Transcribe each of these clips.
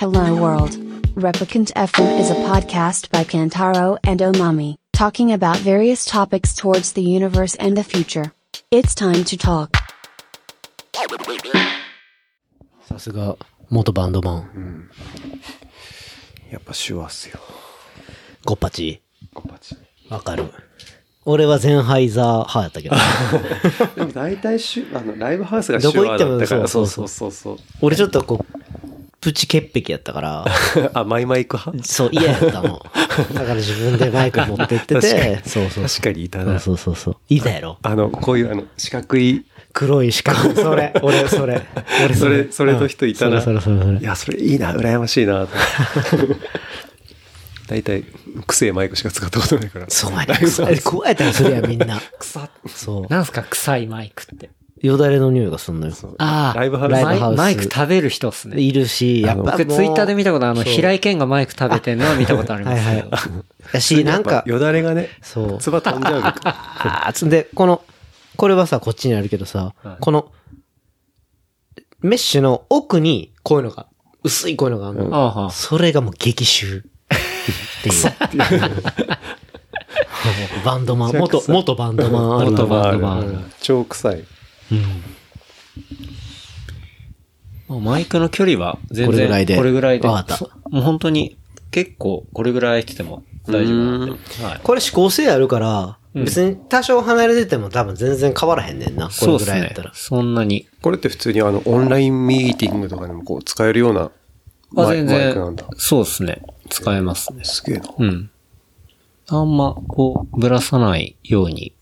Hello World. Replicant FM is a podcast by Kantaro and Omami, talking about various topics towards the universe and the future. It's time to talk. さすが元バンドマン。 うん。やっぱ手話っすよ。 ゴッパチ。 ゴッパチ。 わかる。俺はゼンハイザー派やったけど。 でも大体ライブハウスが手話だったから。そうそうそうそう。 俺ちょっとこう、プチ潔癖やったから。 あ、マイク派？ そう、嫌やったの。だから自分でマイク持ってってて。そうそう。 確かにいたな。 そうそうそう。いたやろ。 こういう四角い。 黒い四角い。それ。俺それ。 それと人いたな。 それ。 いや、それいいな、羨ましいな。大体、臭いマイクしか使ったことないから。 そうやね。こうやったらそれやみんな。 臭そう。 なんすか臭いマイクって。 よだれの匂いがすんのよ。 ああ、 ライブハウス。 マイク食べる人っすね。 いるし、やっぱ僕ツイッターで見たこと平井堅がマイク食べてんのは見たことありますけど。 やし、なんか。 よだれがね、 そう。 唾飛んじゃうから。 で、これはさ、こっちにあるけどさ、この、メッシュの奥にこういうのが、薄いこういうのがあるの。それがもう激臭っていう。バンドマン、元バンドマン。 元バンドマン。 超臭い。 マイクの距離は全然これぐらいで。もう本当に結構これぐらい来ても大丈夫なんで。 これ指向性あるから、別に多少離れてても多分全然変わらへんねんな。これぐらいやったら。 そんなに。 これって普通にオンラインミーティングとかでもこう使えるようなマイクなんだ。 そうですね。使えますね。 すげえな。 うん。あんまこうぶらさないように。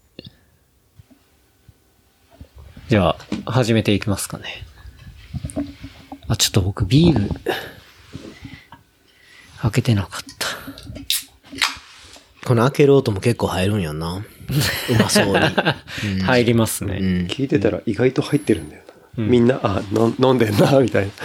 じゃあ始めていきますかね。ちょっと僕ビール開けてなかった。 この開ける音も結構入るんやんな。うまそうに。 入りますね、 聞いてたら意外と入ってるんだよな。みんな、飲んでんな、みたいな。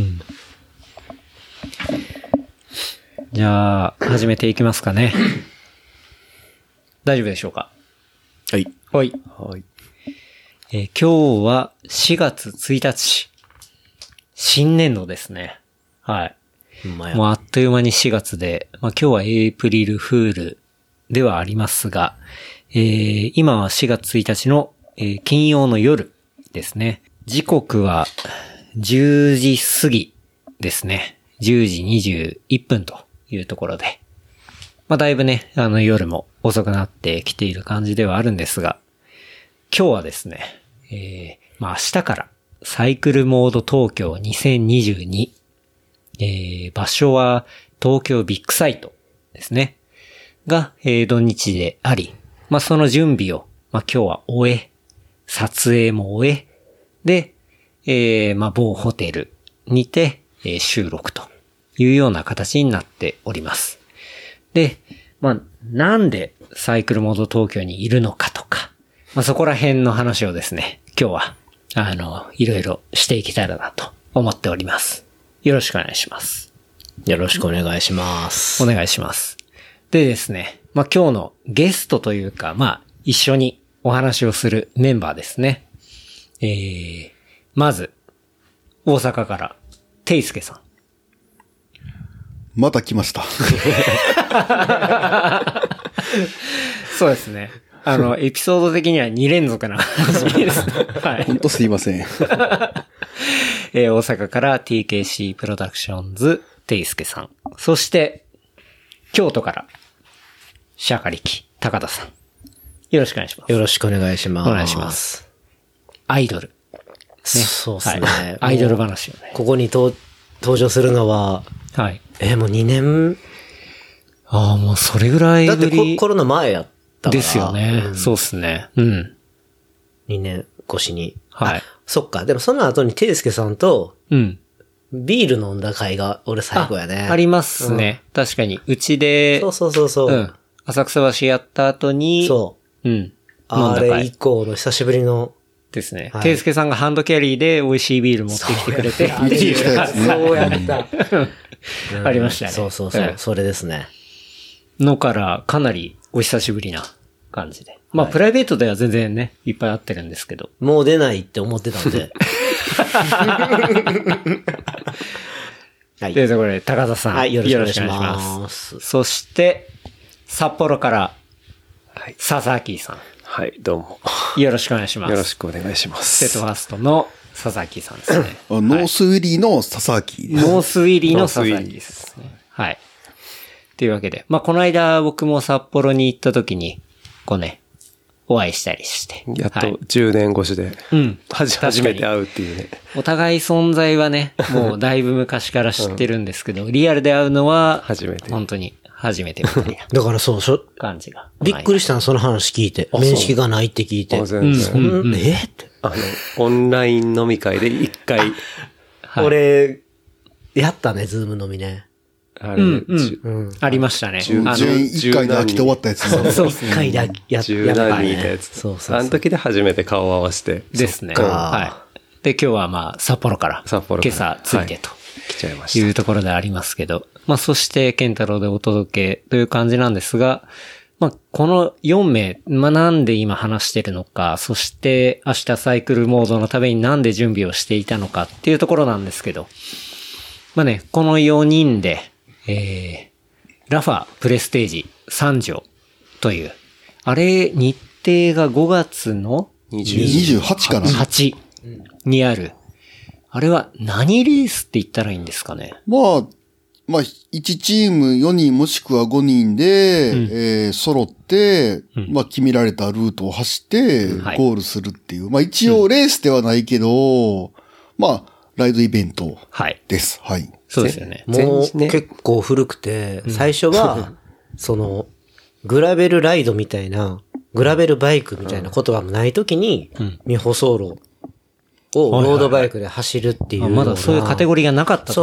じゃあ、始めていきますかね。大丈夫でしょうか？ はい。 はい。今日は4月1日。新年度ですね。はい。もうあっという間に4月で、今日はエイプリルフールではありますが、今は4月1日の、金曜の夜ですね。時刻は10時過ぎですね。10時21分というところで。だいぶね、夜も遅くなってきている感じではあるんですが、今日はですね、明日からサイクルモード東京2022、場所は東京ビッグサイトですね。が、土日であり、その準備を、今日は終え、撮影も終え、で、某ホテルにて、収録というような形になっております。で、なんでサイクルモード東京にいるのかとか、そこら辺の話をですね、今日は、いろいろしていけたらなと思っております。よろしくお願いします。 よろしくお願いします。 お願いします。でですね、今日のゲストというか、一緒にお話をするメンバーですね。まず、大阪から、ていすけさん。 また来ました。 そうですね。エピソード的には2連続な話ですね。はい。 ほんとすいません。 大阪から TKC プロダクションズ、ていすけさん。そして、京都から、シャカリキ、高田さん。よろしくお願いします。 よろしくお願いします。 お願いします。アイドル。 そうですね、 はい。アイドル話をね。 ここに登場するのは、 はい。 もう2年。 もうそれぐらいぶり。 だってコロナ前やったから。 ですよね。そうっすね。うん。 2年越しに。 はい。 そっか。でもその後にていすけさんと、ビール飲んだ会が俺最後やね。 ありますね。確かに。うちで、 そう。 浅草橋やった後に、 あれ以降の久しぶりの。 ですね。ていすけさんがハンドキャリーで美味しいビール持ってきてくれて。 そうやった。 ありましたね。 そう。それですね。 のからかなりお久しぶりな感じで。プライベートでは全然ね、いっぱい会ってるんですけど。 もう出ないって思ってたんで。 はい。 というところで、高田さん。 はい、よろしくお願いします。 そして、札幌から、はい。佐々木さん。 はい、どうも。 よろしくお願いします。 よろしくお願いします。 ステートファーストの佐々木さんですね。 ノースウィリーの佐々木。 ノースウィリーの佐々木ですね。はい。というわけで、まあ、この間僕も札幌に行った時に、こうね、お会いしたりして。 やっと10年越しで、うん。初めて会うっていうね。 お互い存在はね、もうだいぶ昔から知ってるんですけど、リアルで会うのは、 初めて。 本当に初めてみたいな。 だからそう、 感じが。 びっくりしたの、その話聞いて。面識がないって聞いて。 全然。 って。 オンライン飲み会で一回。 俺、やったね、ズーム飲みね。 あれ、 ありましたね。 11回で飽きて終わったやつ。 そうですね。 1回でやった 10何人いたやつ。 そう。 あの時で初めて顔を合わせて。 ですね。はい。で、今日はまあ、札幌から、今朝着いてと。 来ちゃいました。 いうところでありますけど。まあ、そして、健太郎でお届けという感じなんですが、まあ、この4名、まあ、なんで今話してるのか、そして明日サイクルモードのためになんで準備をしていたのかっていうところなんですけど、まあね、この4人で、ラファプレステージ3条という、あれ、日程が5月の 28かな ?8 にある。あれは何レースって言ったらいいんですかね。 まあ、1チーム4人もしくは5人で、揃って、まあ決められたルートを走って、ゴールするっていう。まあ一応レースではないけど、まあ、ライドイベントです。はい。 そうですよね。 もう結構古くて、最初は、グラベルライドみたいな、グラベルバイクみたいな言葉もないときに、未舗装路をロードバイクで走るっていう。 まだそういうカテゴリーがなかったそう。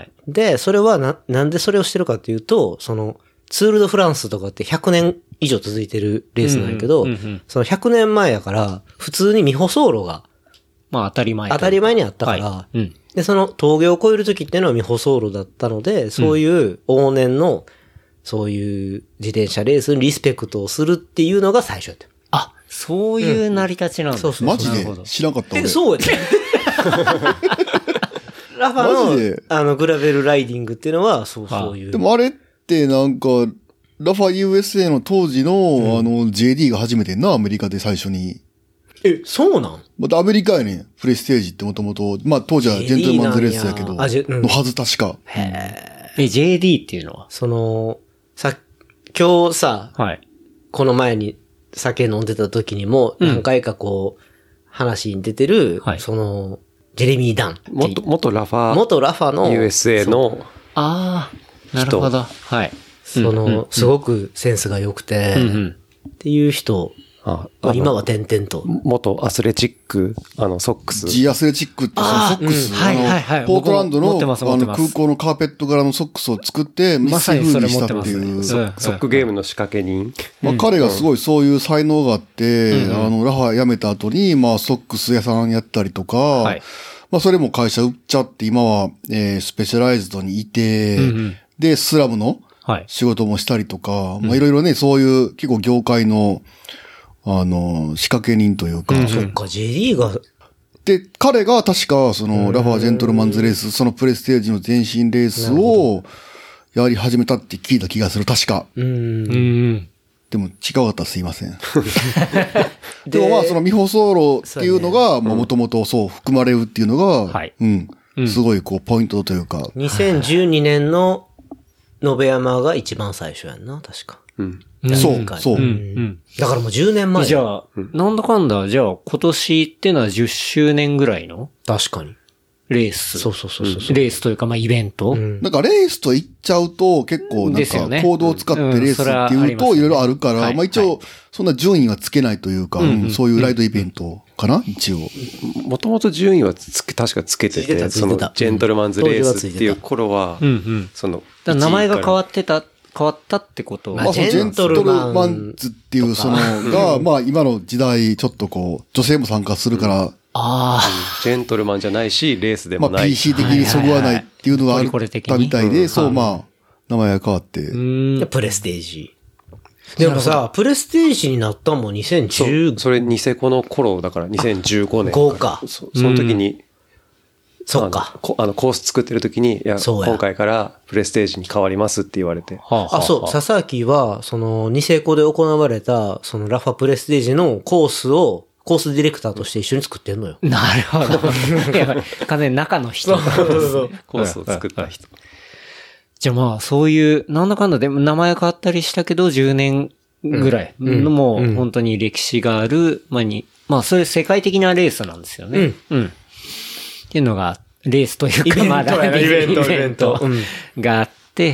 で、それはなんでそれをしてるかっていうと、ツールドフランスとかって100年以上続いてるレースなんやけど、その100年前やから、普通に未舗装路が、 まあ当たり前にあったから、で、その峠を越えるときっていうのは未舗装路だったので、そういう往年の、そういう自転車レースにリスペクトをするっていうのが最初やった。 あ、そういう成り立ちなんだ。 そう。マジで知らなかった俺。 そうやね。ラファの、グラベルライディングっていうのは、そういう。 でもあれってなんか、ラファ USA の当時の、JD が初めてんな、アメリカで最初に。 そうなん？ またアメリカやね、プレステージってもともと、まあ当時はジェントルマンズレースやけど、のはず確か。 JD っていうのは今日さ、この前に酒飲んでた時にも、何回か話に出てる、ジェレミー・ダン。 元ラファの USA の。 ああ、なるほど。はい。 すごくセンスが良くて、っていう人、今は点々と。 元アスレチック、ソックス。 G アスレチックってソックス。ポートランドの空港のカーペット柄のソックスを作って、 まさにそれ持ってます。 ソックゲームの仕掛け人。 まあ彼がすごいそういう才能があって、ラファ辞めた後に、まあソックス屋さんやったりとか、まあそれも会社売っちゃって今は、スペシャライズドにいて、で、スラムの仕事もしたりとか、まあいろいろね、そういう結構業界の、仕掛け人というか。 そっか、JD が。 で、彼が確か、ラファジェントルマンズレース、そのプレステージの前身レースを、やり始めたって聞いた気がする、確か。でも違かったらすいません。でもまあ、未舗装路っていうのが、もともとそう含まれるっていうのが、すごいポイントというか。 2012年の延山が一番最初やんな、確か。 そう。 だからもう10年前。 じゃあ、なんだかんだ、じゃあ今年っていうのは10周年ぐらいの確かに。 レース。 そう。 レースというか、まあイベント。 なんかレースと言っちゃうと結構なんかコードを使ってレースっていうといろいろあるから、まあ一応そんな順位はつけないというか、そういうライドイベントかな一応。 もともと順位は確かつけてて、そのジェントルマンズレースっていう頃は、 名前が変わったってことまあ、ジェントルマンズっていうが、まあ今の時代ちょっと女性も参加するから、 ジェントルマンじゃないし、レースでもない。 まあ PC 的にそぐわないっていうのがあったみたいで、まあ、名前が変わって。 プレステージ。でもさ、プレステージになったもん2010。 それニセコの頃だから2015年。 5か。 その時に、 そっか。 コース作ってる時に、いや、今回からプレステージに変わりますって言われて。 そう、佐々木は、その、ニセコで行われた、そのラファプレステージのコースディレクターとして一緒に作ってんのよ。 なるほど。完全に中の人。 コースを作った人。 じゃあまあ、そういう、なんだかんだで名前変わったりしたけど、10年ぐらいのもう本当に歴史がある、まあそういう世界的なレースなんですよね。っていうのが、レースというか、まあ、イベントがあって、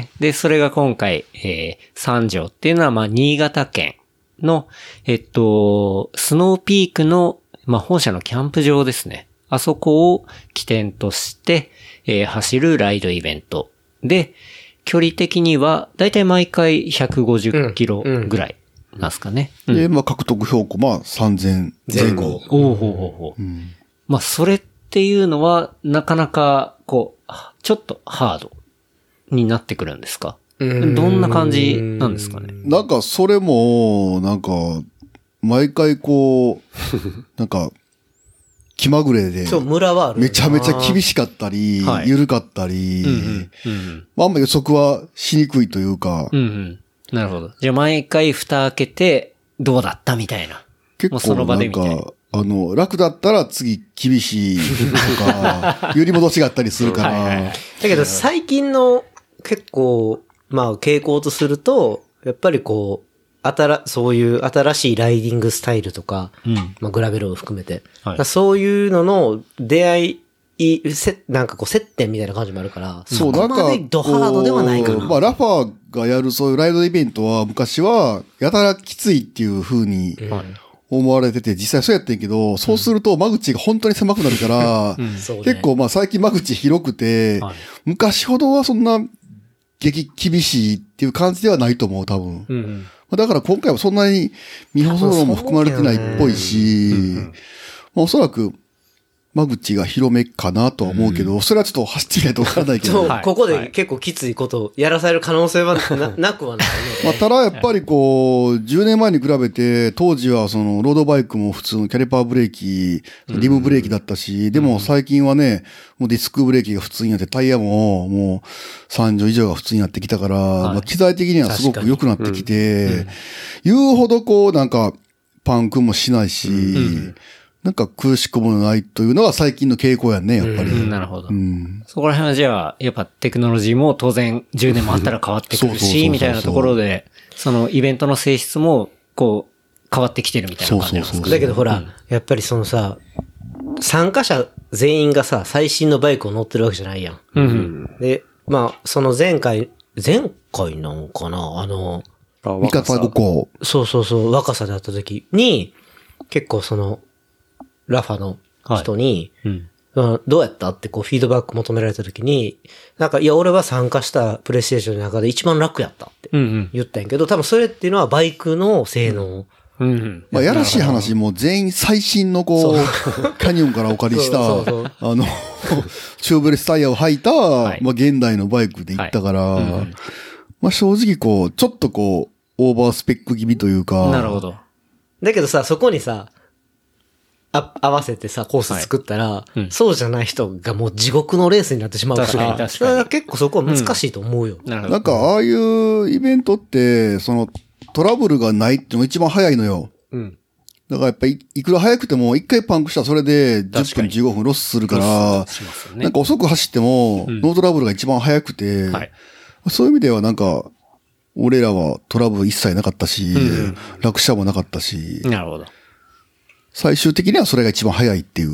で、それが今回、三条っていうのは、まあ、新潟県の、スノーピークの、まあ、本社のキャンプ場ですね。あそこを起点として、走るライドイベント。で、距離的には、だいたい毎回150キロぐらいなんですかね。 で、まあ、獲得標高、まあ、3000前後。 まあ、それっていうのは、なかなか、ちょっとハードになってくるんですか？どんな感じなんですかね？ なんか、それも、なんか、毎回なんか、気まぐれで、 村はある。 めちゃめちゃ厳しかったり、緩かったり、まあ、あんま予測はしにくいというか。 なるほど。じゃあ、毎回蓋開けて、どうだったみたいな。 結構、その場でみたいな。楽だったら次厳しいとか、揺り戻しがあったりするから。 だけど最近の結構、まあ傾向とすると、やっぱりそういう新しいライディングスタイルとか、まあグラベルを含めて、そういうのの出会い、なんか接点みたいな感じもあるから、そこまでドハードではないかな。 まあラファーがやるそういうライドイベントは昔はやたらきついっていう風に、思われてて、実際そうやってんけど、そうすると間口が本当に狭くなるから、結構まあ最近間口広くて、昔ほどはそんな激厳しいっていう感じではないと思う、多分。だから今回はそんなに未舗装も含まれてないっぽいし、おそらく間口が広めかなとは思うけど、それはちょっと走ってみないとわからないけど。 ここで結構きついことをやらされる可能性はなくはないまあ、ただやっぱり10年前に比べて、当時はそのロードバイクも普通のキャリパーブレーキ、リムブレーキだったし、でも最近はね、もうディスクブレーキが普通になって、タイヤももう3畳以上が普通になってきたから、まあ、機材的にはすごく良くなってきて、言うほどなんかパンクもしないし、なんか苦しくもないというのは最近の傾向やね、やっぱり。 なるほど。そこら辺はじゃあ、やっぱテクノロジーも当然10年もあったら変わってくるし、みたいなところで、そのイベントの性質も変わってきてるみたいな感じなんですか？ だけどほら、やっぱりそのさ、参加者全員がさ、最新のバイクを乗ってるわけじゃないやん。で、まあ、その前回なのかな三方5個。 そう、若さであった時に、結構その、ラファの人に、どうやったってフィードバック求められた時に、なんか、いや、俺は参加したプレイステーションの中で一番楽やったって言ったんやけど、多分それっていうのはバイクの性能。 まあ、やらしい話も全員最新のキャニオンからお借りした、チューブレスタイヤを履いた、まあ、現代のバイクで行ったから、まあ、正直ちょっとオーバースペック気味というか。 なるほど。 だけどさ、そこにさ、合わせてさ、コース作ったら、そうじゃない人がもう地獄のレースになってしまうから、 確かに結構そこは難しいと思うよ。 なんか、ああいうイベントって、トラブルがないっていうのが一番早いのよ。だからやっぱり、いくら早くても、一回パンクしたらそれで10分15分ロスするから、なんか遅く走っても、ノートラブルが一番早くて、そういう意味ではなんか、俺らはトラブル一切なかったし、落車もなかったし、 なるほど。 最終的にはそれが一番早いっていう。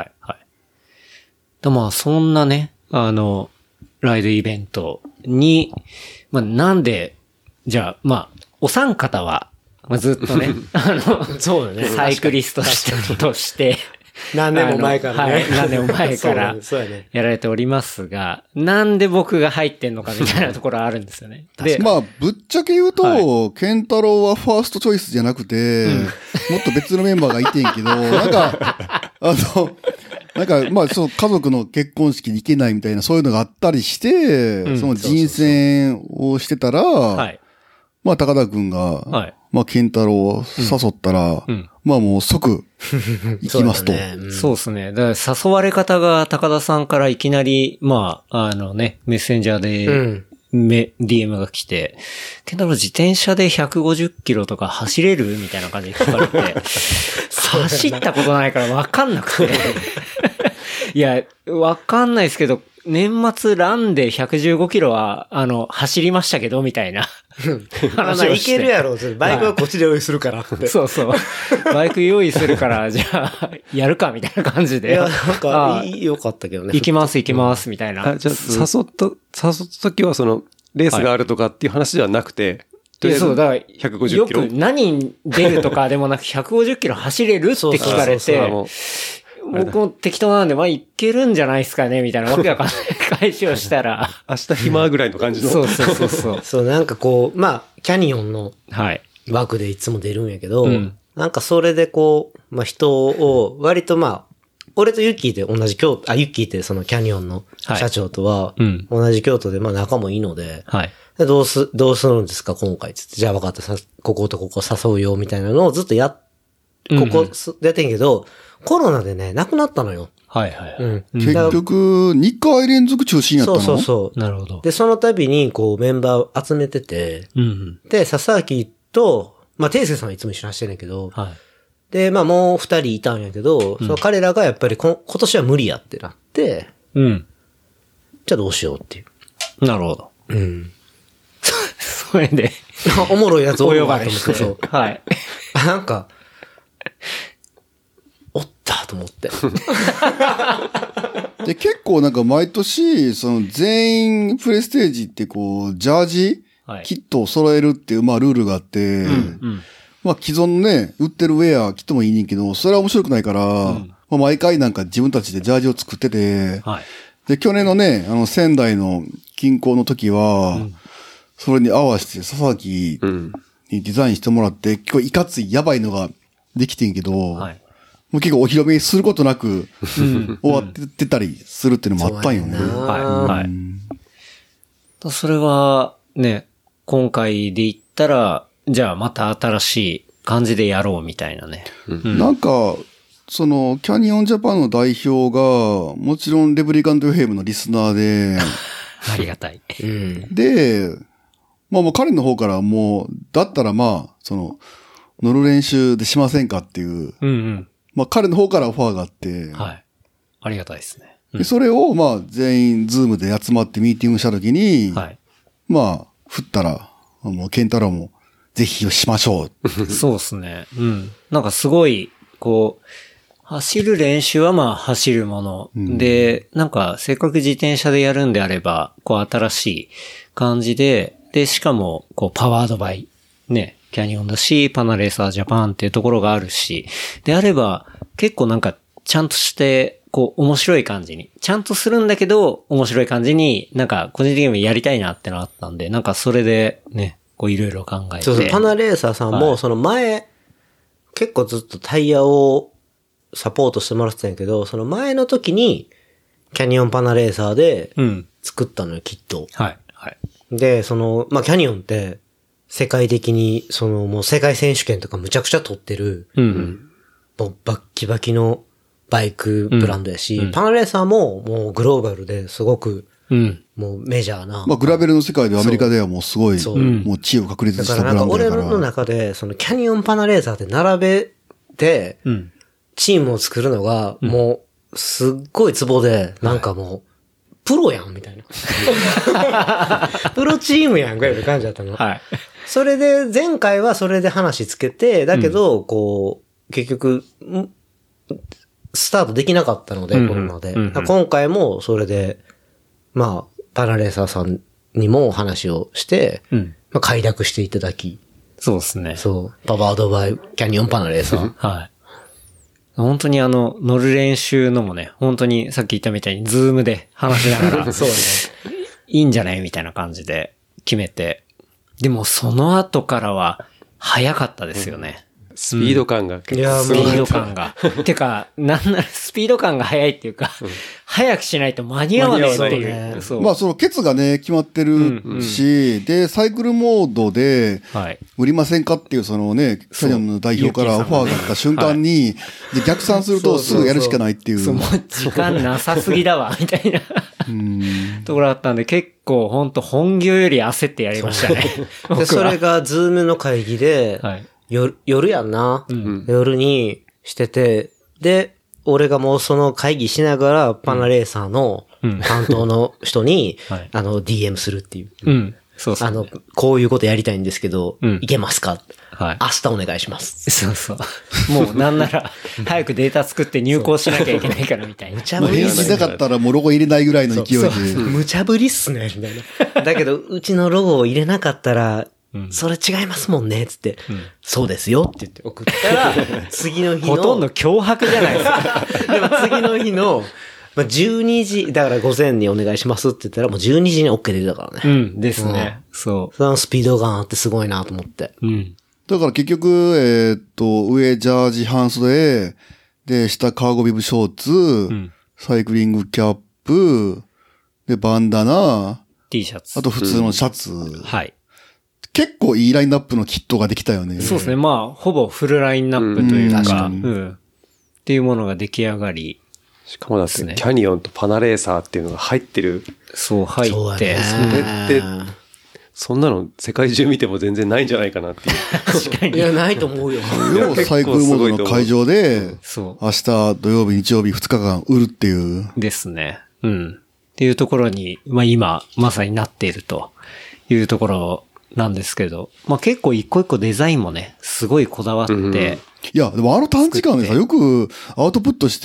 まあ、そんなね、ライドイベントに、まあ、なんで、じゃあ、まあ、お三方は、まあ、ずっとね、 そうだね。 サイクリストとして、 何年も前からね。 何年も前からやられておりますが、なんで僕が入ってんのかみたいなところはあるんですよね。 で、まあ、ぶっちゃけ言うと、ケンタロウはファーストチョイスじゃなくて、もっと別のメンバーがいてんけど、なんか、まあ、その家族の結婚式に行けないみたいな、そういうのがあったりして、その人選をしてたら、まあ、高田くんが、 まあ、ケンタロウを誘ったら、まあもう即、行きますと。 そうですね。だから誘われ方が高田さんからいきなり、まあ、メッセンジャーで、DM が来て、ケンタロウ自転車で150キロとか走れるみたいな感じで聞かれて、走ったことないからわかんなくて。いや、わかんないですけど、年末ランで115キロは、走りましたけど、みたいな話をして。 いけるやろ、バイクはこっちで用意するからって。 そうそう。バイク用意するから、じゃあ、やるか、みたいな感じで。 いや、なんか、よかったけどね。 行きます、みたいな。 じゃあ、誘った時はレースがあるとかっていう話ではなくて、 そう、だから、 150キロ。 よく何出るとかでもなく150キロ走れるって聞かれて、僕も適当なんで、まあ、いけるんじゃないですかね、みたいなわけわかんない返しをしたら。 明日暇ぐらいの感じの。 そう。 そう、なんかこう、まあ、キャニオンの枠でいつも出るんやけど、なんかそれでこう、まあ人を、割とまあ、俺とユッキーで同じユッキーってそのキャニオンの社長とは、同じ京都でまあ仲もいいので、でどうするんですか今回つって、じゃあ分かった、こことここ誘うよ、みたいなのをずっとやってんけど、コロナでね、亡くなったのよ。 結局、2回連続中心やったの？ そう。 なるほど。 で、その度に、こう、メンバー集めてて、で、佐々木と、まあ、定介さんはいつも一緒に走ってるんやけど、で、まあ、もう2人いたんやけど、その彼らがやっぱり今年は無理やってなって、じゃあどうしようっていう。 なるほど。それで。 おもろいやつお呼ばれして。 そう。なんか、おったと思って。 で、結構なんか毎年、全員プレステージってこう、ジャージ、キットを揃えるっていう、まあルールがあって、まあ既存のね、売ってるウェア着てもいいねんけど、それは面白くないから、まあ毎回なんか自分たちでジャージを作ってて、で、去年のね、仙台の近郊の時は、それに合わせて佐々木にデザインしてもらって、結構いかついやばいのができてんけど、もう結構お披露目することなく、終わってたりするっていうのもあったんよね。 それは、ね、今回で言ったら、じゃあまた新しい感じでやろうみたいなね。 なんか、キャニオンジャパンの代表が、もちろんレブリカントヘイムのリスナーで、 ありがたい。 で、まあもう彼の方からもう、だったらまあ、乗る練習でしませんかっていう、まあ彼の方からオファーがあって、 ありがたいですね。 でそれをまあ全員ズームで集まってミーティングしたときに、まあ、振ったら、もうケンタロウもぜひしましょう。 そうですね。なんかすごい、こう、走る練習はまあ走るもの。で、なんかせっかく自転車でやるんであれば、こう新しい感じで、で、しかも、こうパワードバイ、ね、キャニオンだし、パナレーサージャパンっていうところがあるし、であれば、結構なんか、ちゃんとして、こう、面白い感じに。ちゃんとするんだけど、面白い感じに、なんか、個人的にやりたいなってのあったんで、なんかそれで、ね、こういろいろ考えて。 そう、パナレーサーさんも、その前、結構ずっとタイヤをサポートしてもらってたんやけど、その前の時に、キャニオンパナレーサーで、作ったのよ、きっと。で、まあ、キャニオンって、世界的に、もう世界選手権とかむちゃくちゃ取ってる、もうバッキバキのバイクブランドやし、パナレーサーももうグローバルですごく、もうメジャーな。 まあ、グラベルの世界でアメリカではもうすごい、もう地位を確立したブランドだから。 だからなんか俺の中で、キャニオンパナレーサーって並べて、チームを作るのが、もう、すっごいツボで、なんかもう、プロやんみたいな。プロチームやんぐらいの感じだったの。それで、前回はそれで話つけて、だけど、こう、結局、スタートできなかったので、コロナで。今回もそれで、まあ、パナレーサーさんにも話をして、まあ、快諾していただき。 そうですね。 そう。パワードバイキャニオンパナレーサー。 本当に乗る練習のもね、本当にさっき言ったみたいにズームで話しながら、そうね。いいんじゃないみたいな感じで決めて。でもその後からは早かったですよね。 スピード感が。 いや、スピード感が。てか、なんならスピード感が速いっていうか、 早くしないと間に合わないっていう。 そう。まあそのケツがね、決まってるし、で、サイクルモードで、売りませんかっていうそのね、キャニオンの代表からオファーがあった瞬間に、で逆算するとすぐやるしかないっていう。 そう、もう時間なさすぎだわ、みたいなところだったんで、結構本当本業より焦ってやりましたね。 で、それがズームの会議で、夜やんな、夜にしてて、で、俺がもうその会議しながら、パナレーサーの担当の人に、DM するっていう。 そうそう、 こういうことやりたいんですけど、いけますか、明日お願いします。 そうそう。もうなんなら、早くデータ作って入稿しなきゃいけないからみたいな。 無茶ぶりしなかったらもうロゴ入れないぐらいの勢いで。 無茶ぶりっすね、みたいな。だけど、うちのロゴを入れなかったら、それ違いますもんね、つって、そうですよって言って送ったら、次の日の。 ほとんど脅迫じゃないですか。 でも次の日の、12時、だから午前にお願いしますって言ったらもう12時に OK 出たからね。 ですね。そう。 そのスピード感あってすごいなと思って。 だから結局、上ジャージ半袖、で、下カーゴビブショーツ、サイクリングキャップ、で、バンダナ、 T シャツ。 あと普通のシャツ。 はい。 結構いいラインナップのキットができたよね。 そうですね。まあ、ほぼフルラインナップというか、っていうものが出来上がり。 しかもだってね、キャニオンとパナレーサーっていうのが入ってる。 そう、入って。 それって、そんなの世界中見ても全然ないんじゃないかなっていう。 確かに。 いや、ないと思うよ。 サイクルモードの会場で、明日土曜日、日曜日2日間売るっていう。 ですね。っていうところに、まあ今、まさになっているというところなんですけど、まあ結構一個一個デザインもね、すごいこだわって、 いや、でも短時間でさ、よくアウトプットして、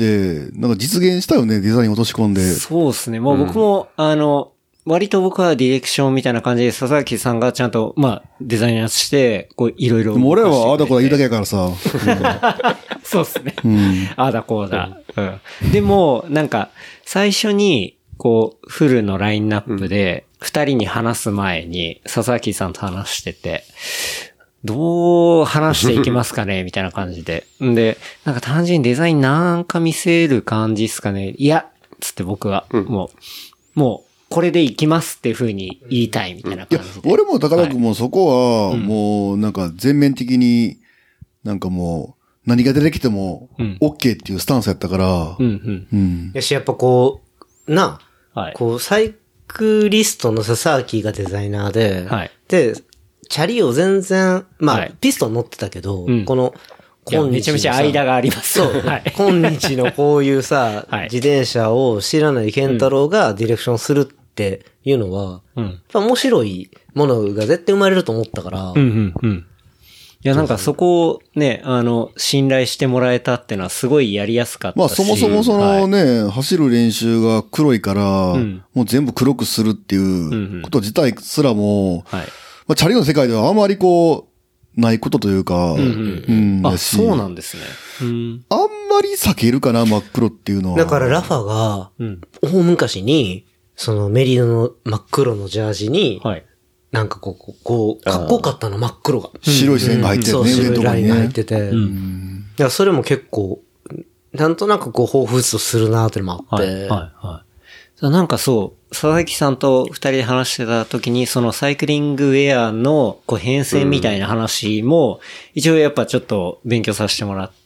なんか実現したよね、デザイン落とし込んで。 そうですね。もう僕も、割と僕はディレクションみたいな感じで、佐々木さんがちゃんと、まあ、デザイナーして、こう、いろいろ。 でも俺はああだこうだ言うだけやからさ。 そうですね。ああだこうだ。でも、なんか、最初に、こう、フルのラインナップで、二人に話す前に、佐々木さんと話してて、どう話していきますかねみたいな感じで。で、なんか単純にデザインなんか見せる感じっすかねいや、つって僕は、もう、これでいきますっていう風に言いたいみたいな感じで。 いや、俺も高田君もそこは、もうなんか全面的に、なんかもう、何が出てきても、OK っていうスタンスやったから。 やし、やっぱこう、こう、サイクリストの佐々木がデザイナーで、で、チャリを全然、まあ、ピストン乗ってたけど、この、 めちゃめちゃ間があります。 そう。今日のこういうさ、自転車を知らない健太郎がディレクションするっていうのは、やっぱ面白いものが絶対生まれると思ったから。 いや、なんかそこをね、信頼してもらえたっていうのはすごいやりやすかったし。 まあそもそもそのね、走る練習が黒いから、もう全部黒くするっていうこと自体すらも、まあチャリの世界ではあまりこう、ないことというか、 あ、そうなんですね。 あんまり避けるかな、真っ黒っていうのは。 だからラファが、大昔に、そのメリノの真っ黒のジャージに、なんかこう、かっこよかったの、真っ黒が。 白い線が入ってるね、 白いラインが入ってて。だからそれも結構、なんとなくこう、彷彿とするなーってのもあって。 なんかそう、佐々木さんと二人で話してた時に、そのサイクリングウェアのこう変遷みたいな話も、一応やっぱちょっと勉強させてもらって、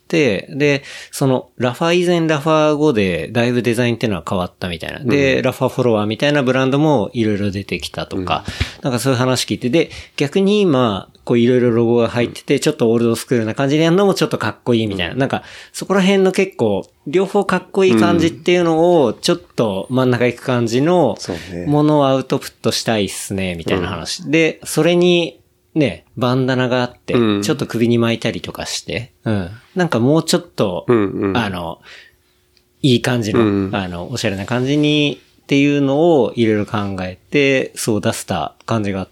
で、そのラファ以前ラファ後でだいぶデザインっていうのは変わったみたいな。で、ラファフォロワーみたいなブランドもいろいろ出てきたとか、なんかそういう話聞いて、で、逆に今、こういろいろロゴが入ってて、ちょっとオールドスクールな感じでやるのもちょっとかっこいいみたいな。なんか、そこら辺の結構、両方かっこいい感じっていうのを、ちょっと真ん中行く感じのものをアウトプットしたいっすね、みたいな話。で、それに、ね、バンダナがあって、ちょっと首に巻いたりとかして、なんかもうちょっと、いい感じの、おしゃれな感じに、っていうのをいろいろ考えて、そう出した感じがあって。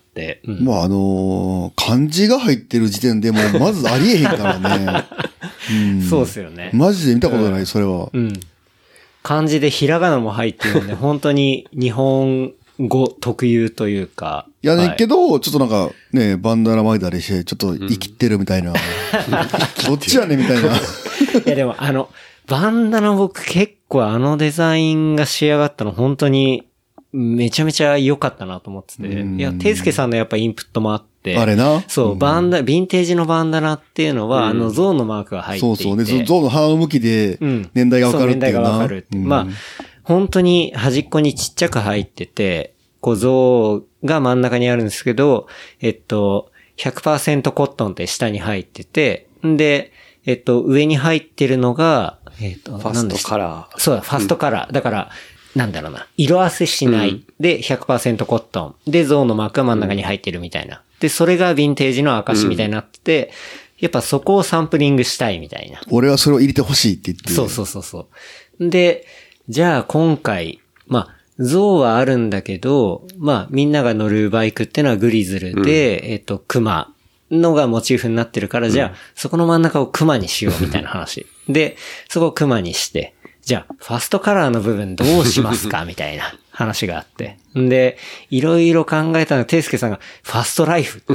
まあ漢字が入ってる時点でもうまずありえへんからね。 そうですよね。 マジで見たことない、それは。 漢字でひらがなも入ってるんで、本当に日本語特有というか。 いやねんけど、ちょっとなんかね、バンダナ巻いたりして、ちょっと生きてるみたいな。どっちやねんみたいな。 いやでもバンダナ僕結構デザインが仕上がったの本当にめちゃめちゃ良かったなと思ってて。いや、ていすけさんのやっぱインプットもあって。 あれな。 そう、ヴィンテージのバンダナっていうのは、ゾウのマークが入っていて。 そうそう。で、ゾウの半向きで、年代がわかるっていうな。 年代がわかる。まあ、本当に端っこにちっちゃく入ってて、こう、ゾウが真ん中にあるんですけど、100% コットンって下に入ってて、で、上に入ってるのが、 ファストカラー。 そうだ、ファストカラー。だから、なんだろうな。色あせしない。で、100% コットン。で、ゾウのマークが真ん中に入ってるみたいな。で、それがヴィンテージの証みたいになってて、やっぱそこをサンプリングしたいみたいな。 俺はそれを入れてほしいって言って。 そう。で、じゃあ今回、まあ、ゾウはあるんだけど、まあ、みんなが乗るバイクってのはグリズルで、クマのがモチーフになってるから、じゃあ、そこの真ん中をクマにしようみたいな話。で、そこをクマにして、じゃあ、ファストカラーの部分どうしますかみたいな話があって。で、いろいろ考えたのが、ていすけさんが、ファストライフ。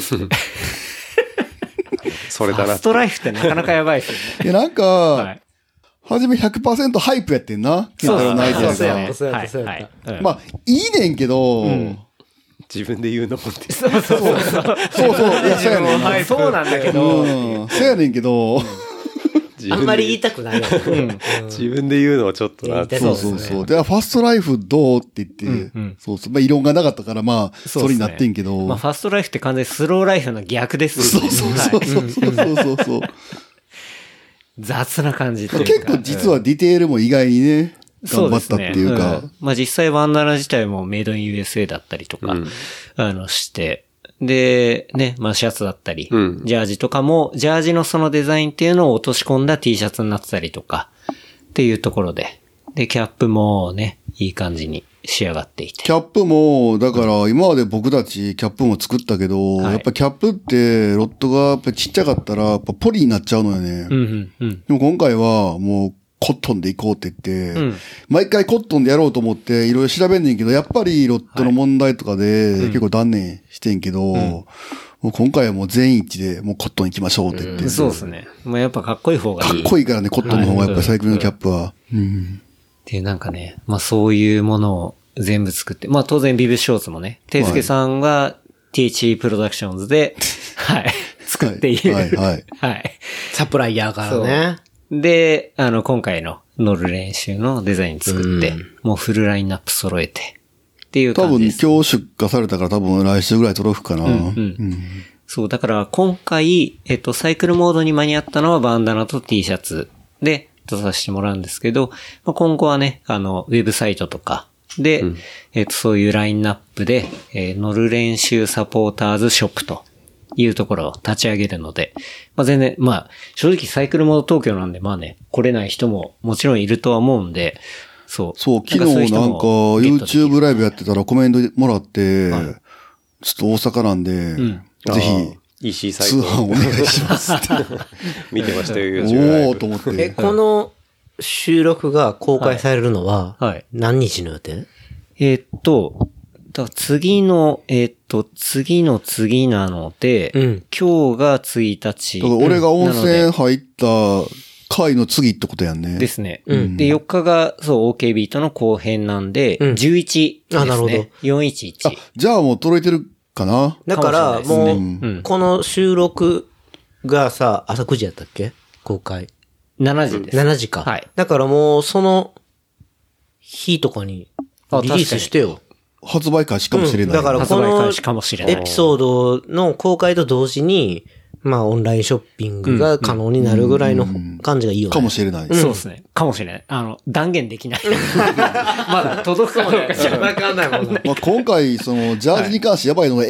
それだな。 ファストライフってなかなかやばいですよね。 いや、なんか、はい、初め 100% ハイプやってんな。 そうだないじゃん。 そうや。 まあ、いいねんけど、 自分で言うのもって。 そう。 いや、そうやねん。 そうなんだけど。 そうやねんけど、 あんまり言いたくないよ。 自分で言うのはちょっとな。 そう。で、ファストライフどうって言って、そう。まあ、異論がなかったから、まあ、それになってんけど。 まあ、ファストライフって完全にスローライフの逆ですよね。そう。 雑な感じっていうか。 結構実はディテールも意外にね、頑張ったっていうか。 まあ、実際バンダナ自体もメイドイン USA だったりとか、して、で、ね、まあシャツだったり、ジャージとかも、ジャージのそのデザインっていうのを落とし込んだ T シャツになってたりとか、っていうところで。で、キャップもね、いい感じに仕上がっていて。 キャップも、だから今まで僕たちキャップも作ったけど、やっぱキャップってロットがやっぱちっちゃかったら、やっぱポリになっちゃうのよね。でも今回はもう、コットンで行こうって言って、毎回コットンでやろうと思っていろいろ調べんねんけど、やっぱりロットの問題とかで結構断念してんけど、もう今回はもう全一でもうコットン行きましょうって言って。 そうですね。もうやっぱかっこいい方がいい。 かっこいいからね、コットンの方がやっぱりサイクルのキャップは。 で、なんかね、まあそういうものを全部作って、まあ当然ビブショーツもね、ていすけさんは THE プロダクションズで、作っている。はい。 サプライヤーからね。 で、今回の乗る練習のデザイン作って、もうフルラインナップ揃えて、っていう感じです。 多分今日出荷されたから多分来週ぐらい届くかな。 そう、だから今回、サイクルモードに間に合ったのはバンダナと T シャツで出させてもらうんですけど、まあ、今後はね、ウェブサイトとかで、そういうラインナップで、乗る練習サポーターズショップと、いうところを立ち上げるので、まあ全然、まあ正直サイクルモード東京なんでまあね、来れない人ももちろんいるとは思うんで、そう。 そう、昨日なんか YouTube ライブやってたらコメントもらって、ちょっと大阪なんで、ぜひ、 EC サイト通販お願いしますって。 見てましたよ、YouTube ライブ。 おーと思って。 この収録が公開されるのは、何日の予定？ だから次の次なので、今日が1日。 だから俺が温泉入った回の次ってことやんね。 ですね。で、4日が、そう、OK ビートの後編なんで、11ですね。 なるほど。 411。 じゃあもう届いてるかな？ だから、もう、この収録がさ、朝9時やったっけ？公開。 7時です。 7時か。はい。だからもう、その日とかにリリースしてよ。 発売開始かもしれない。 だからこのエピソードの公開と同時に、まあオンラインショッピングが可能になるぐらいの感じがいいよね。 かもしれない。 そうですね。かもしれない。断言できない。まだ届くかどうかじゃわかんないもんね。 まあ今回、ジャージに関してやばいのが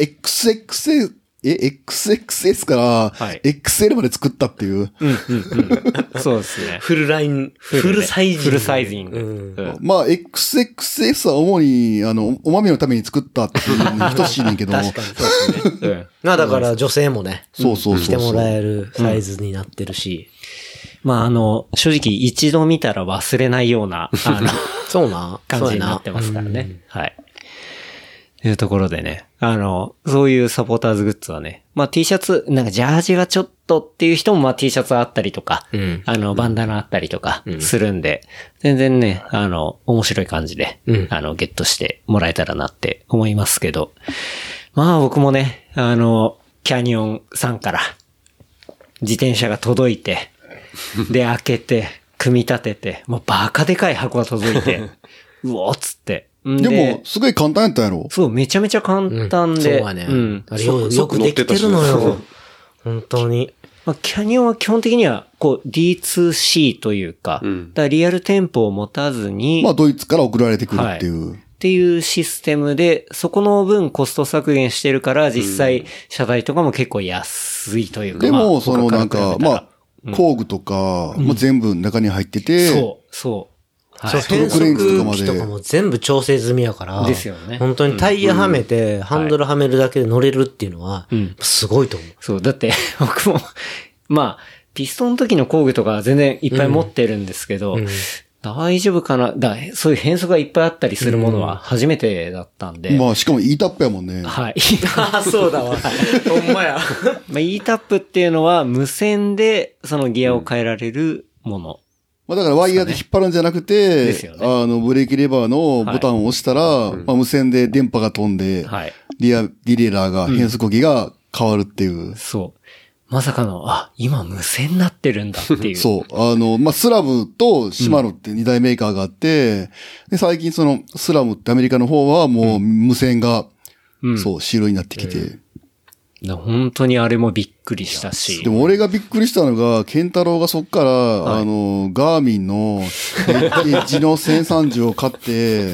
XXS から XL まで作ったっていう。 そうですね。 フルライン、フルサイジング。 まあ XXS は主に、お豆のために作ったっていうのに等しいねんけど。 確かにそうですね。まあだから女性もね。 そう。 着てもらえるサイズになってるし。 まあ正直一度見たら忘れないような、 そうな。 感じになってますからね。はい。というところでね、そういうサポーターズグッズはね、まあ T シャツ、なんかジャージがちょっトっていう人もまあ T シャツあったりとか、バンダナあったりとかするんで、全然ね、面白い感じで、ゲットしてもらえたらなって思いますけど、まあ僕もね、キャニオンさんから自転車が届いて、で開けて、組み立てて、もうバカでかい箱が届いて、うおっつって。 でも、すごい簡単やったやろ？ そう、めちゃめちゃ簡単で。 そうはね。あれよくできてるのよ。本当に。 まあ、キャニオンは基本的には、こう、D2C というか、だからリアル店舗を持たずに、 まあ、ドイツから送られてくるっていう。 っていうシステムで、そこの分コスト削減してるから、実際、車体とかも結構安いというか。 でも、そのなんか、まあ、工具とか、も全部中に入ってて、 そう。 そう、変速機とかも全部調整済みやから。 ですよね。 本当にタイヤはめて、ハンドルはめるだけで乗れるっていうのは、すごいと思う。 そう、だって僕も、まあ、ピストンの時の工具とか全然いっぱい持ってるんですけど、大丈夫かなそういう変則がいっぱいあったりするものは初めてだったんで。 まあ、しかも E タップやもんね。 はい。 そうだわ。ほんまや。 まあ、E タップっていうのは無線でそのギアを変えられるもの。 まあだからワイヤーで引っ張るんじゃなくて、ですよね、ブレーキレバーのボタンを押したら、まあ無線で電波が飛んで、リレーラーが、変速機が変わるっていう。 そう。まさかの、今無線になってるんだっていう。 そう。まあ、スラムとシマノって2大メーカーがあって、で、最近その、スラムってアメリカの方はもう無線が、そう、主流になってきて。 本当にあれもびっくりしたし。 でも俺がびっくりしたのが、ケンタロウがそっから、ガーミンのエッジの1030を買って、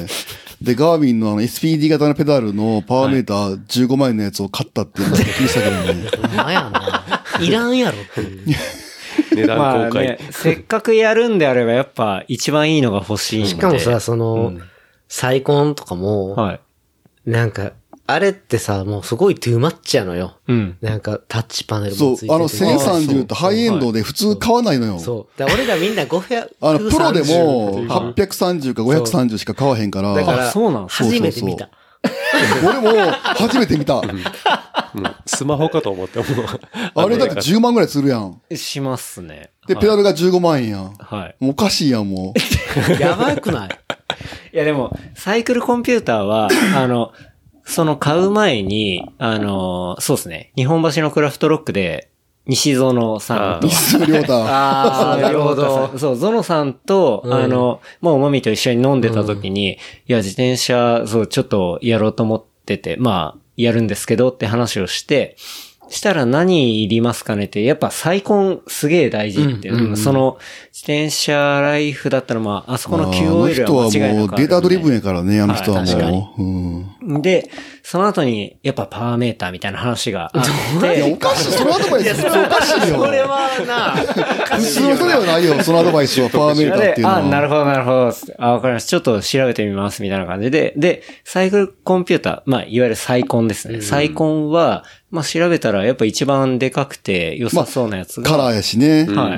で、ガーミンのSPD 型のペダルのパワーメーター15万円のやつを買ったっていうのをびっくりしたけどね。 ほんまやな。いらんやろっていう。 値段公開、 ね。せっかくやるんであればやっぱ一番いいのが欲しいんで。 しかもさ、サイコンとかも、なんか、あれってさ、もうすごいトゥーマッチやのよ。なんかタッチパネルもついてて。 そう、1030ってハイエンドで普通買わないのよ。 そう。俺らみんな500。 プロでも830か530しか買わへんから。 だから、初めて見た。 俺も初めて見た。 スマホかと思って思う。 あれだって10万ぐらいするやん。 しますね。 で、ペダルが15万円やん。 はい。 もうおかしいやん、もう。やばくない？ いやでも、サイクルコンピューターは、その買う前に、そうですね。日本橋のクラフトロックで、西園さんと。 西園亮太。 なるほど。 そう、園さんと、まあ、おまみと一緒に飲んでた時に、いや、自転車、そう、ちょっとやろうと思ってて、まあ、やるんですけどって話をして、したら何いりますかねって、やっぱサイコンすげえ大事って、その自転車ライフだったらまあ、あそこの QOL は間違いなくある、ね。 あの人はもうデータドリブンやからね、あの人はもう。で、その後にやっぱパワーメーターみたいな話があって。 いや、おかしい、そのアドバイス普通おかしいよ。 それはな、 普通の人ではないよ、そのアドバイスはパワーメーターっていうのは。 なるほど、なるほど。わかりました。ちょっと調べてみます、みたいな感じで。で、サイクルコンピューター、まあ、いわゆるサイコンですね。サイコンは、まあ、調べたらやっぱ一番でかくて良さそうなやつが。 カラーやしね。 はい。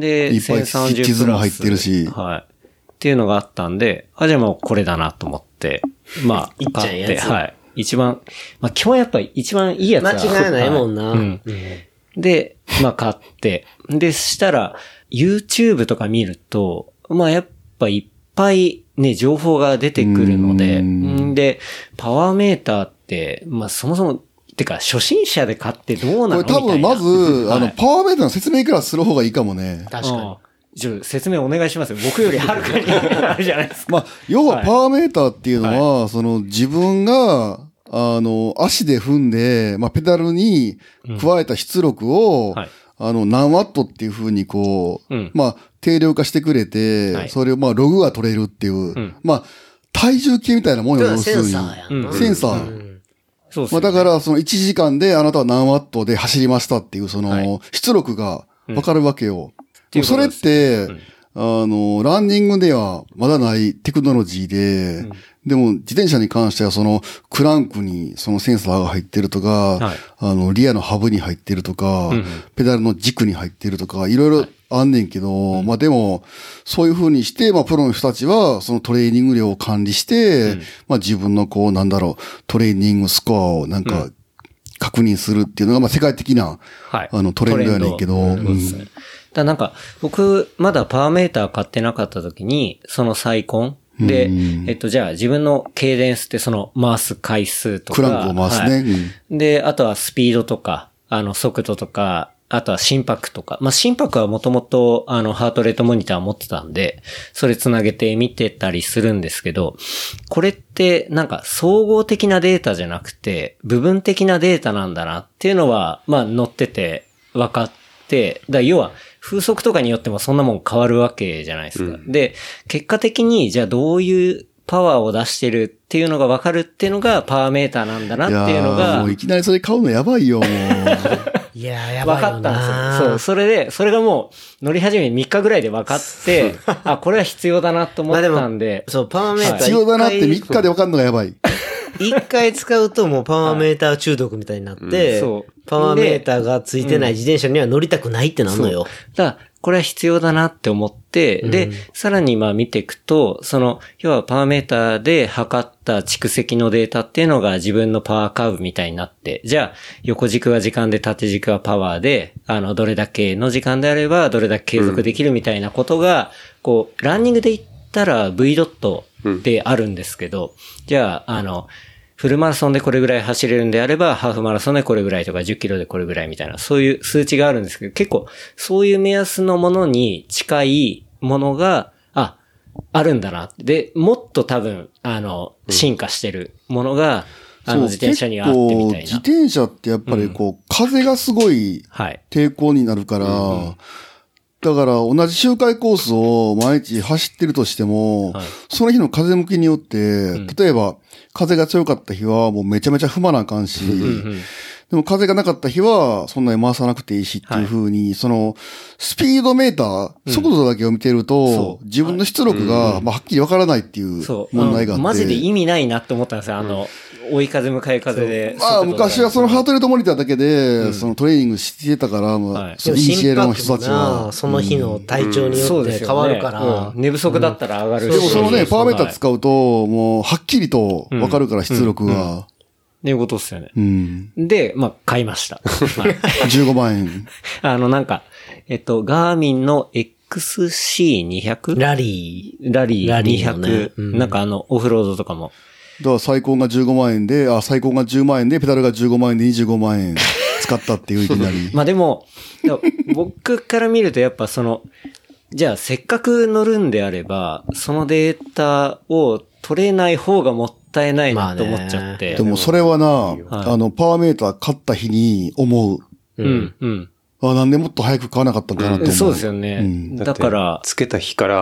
で、 いっぱい地図も入ってるし。 はい。っていうのがあったんで、じゃあもうこれだなと思って、まあ、買って、はい。一番、まあ、基本やっぱり一番いいやつ間違いないもんな。 で、まあ、買って、で、したら、YouTube とか見ると、まあ、やっぱいっぱいね、情報が出てくるので、で、パワーメーターって、まあ、そもそも、てか、初心者で買ってどうなのみたいな。 これ多分まず、パワーメーターの説明からする方がいいかもね。 確かに。 説明お願いしますよ。僕よりはるかにあるじゃないですか。 まあ、要はパワーメーターっていうのは、その自分が、足で踏んで、まあ、ペダルに加えた出力を、何ワットっていう風にこう、まあ、定量化してくれて、それをまあ、ログが取れるっていう、まあ、体重計みたいなもんよ、要するに。センサー。 そうですね。 まあ、だから、その1時間であなたは何ワットで走りましたっていう、その、出力がわかるわけよ。それって、ランニングではまだないテクノロジーで、でも自転車に関してはそのクランクにそのセンサーが入ってるとか、リアのハブに入ってるとか、ペダルの軸に入ってるとか、いろいろあんねんけど、まあでも、そういう風にして、まあプロの人たちはそのトレーニング量を管理して、まあ自分のこうなんだろう、トレーニングスコアをなんか、 確認するっていうのが、まあ世界的な、はい、トレンドやねんけど。 だなんか、僕、まだパワーメーター買ってなかった時に、そのサイコンで、じゃあ自分のケイデンスってその回す回数とか。 クランクを回すね。はい、 で、あとはスピードとか、速度とか、あとは心拍とか。まあ、心拍はもともと、ハートレートモニター持ってたんで、それつなげて見てたりするんですけど、これってなんか総合的なデータじゃなくて、部分的なデータなんだなっていうのは、まあ、載ってて分かって、要は、風速とかによってもそんなもん変わるわけじゃないですか。で、結果的に、じゃあどういうパワーを出してるっていうのが分かるっていうのがパワーメーターなんだなっていうのが。 もういきなりそれ買うのやばいよ、もう。 いやー、やばいよな。 分かったんですよ。そう、それがもう乗り始め3日ぐらいで分かって、あ、これは必要だなと思ったんで。 そう、パワーメーター。 必要だなって3日で分かるのがやばい。 一回使うともうパワーメーター中毒みたいになって、パワーメーターがついてない自転車には乗りたくないってなんのよ。 だから、これは必要だなって思って、で、さらにまあ見ていくと、要はパワーメーターで測った蓄積のデータっていうのが自分のパワーカーブみたいになって、じゃあ、横軸は時間で縦軸はパワーで、どれだけの時間であればどれだけ継続できるみたいなことが、こう、ランニングで言ったら V ドットであるんですけど、じゃあ、フルマラソンでこれぐらい走れるんであれば、ハーフマラソンでこれぐらいとか10キロでこれぐらいみたいな、そういう数値があるんですけど、結構そういう目安のものに近いものが、あるんだな。で、もっと多分、進化してるものが、自転車にはあってみたいな。 自転車ってやっぱり風がすごい抵抗になるから、だから同じ周回コースを毎日走ってるとしても、その日の風向きによって、例えば風が強かった日はもうめちゃめちゃ踏まなあかんし、でも風がなかった日はそんなに回さなくていいしっていう風に、スピードメーター、速度だけを見てると、自分の出力がはっきりわからないっていう問題があって。 マジで意味ないなって思ったんですよ。追い風向かい風で。 まあ昔はそのハートレートモニターだけで、トレーニングしてたから、イニシエルの人たちは。 その日の体調によって変わるから。 寝不足だったら上がるし。 でもそのね、パワーメーター使うと、もうはっきりとわかるから出力が。 っていうことっすよね。で、まあ、買いました。 15万円。 なんか、ガーミンのXC200? ラリー 200。なんかオフロードとかも。 だから最高が15万円で、最高が10万円で、ペダルが15万円で25万円使ったっていういきなり。 まあでも、僕から見るとやっぱじゃあせっかく乗るんであれば、そのデータを取れない方がもったいないなと思っちゃって。 でもそれはな、パワーメーター買った日に思う。なんでもっと早く買わなかったんかなと思う。 そうですよね。だから。 つけた日から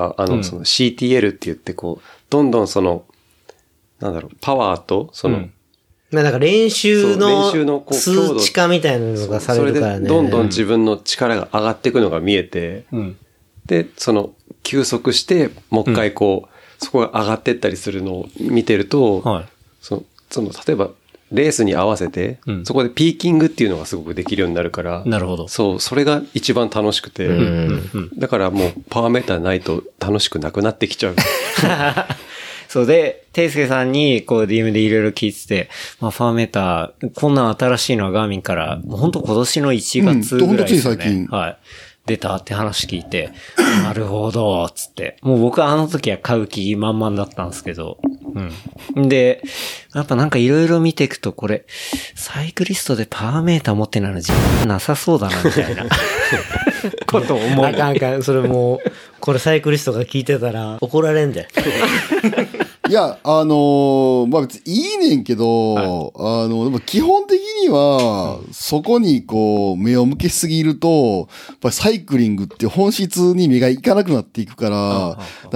、CTL って言ってどんどんパワーと、 なんか練習の数値化みたいなのがされるからね。 それでどんどん自分の力が上がっていくのが見えて、で、休息して、もう一回そこが上がっていったりするのを見てると、例えば、レースに合わせて、そこでピーキングっていうのがすごくできるようになるから、 なるほど。 そう、それが一番楽しくて、だからもうパワーメーターないと楽しくなくなってきちゃう。 そうで、ていすけさんにDM でいろいろ聞いてて、まあパワーメーター、こんな新しいのはガーミンから、もう本当今年の1月ぐらいですね。 最近。 はい。出たって話聞いて、なるほど、つって。もう僕はあの時は買う気満々だったんですけど。で、やっぱなんかいろいろ見ていくとこれ、サイクリストでパワーメーター持ってないの自分なさそうだな、みたいなことを思う。 なんか、それもう、これサイクリストが聞いてたら怒られんで。 いや、まあ、別にいいねんけど、でも基本的には、そこに目を向けすぎると、やっぱりサイクリングって本質に目がいかなくなっていくから、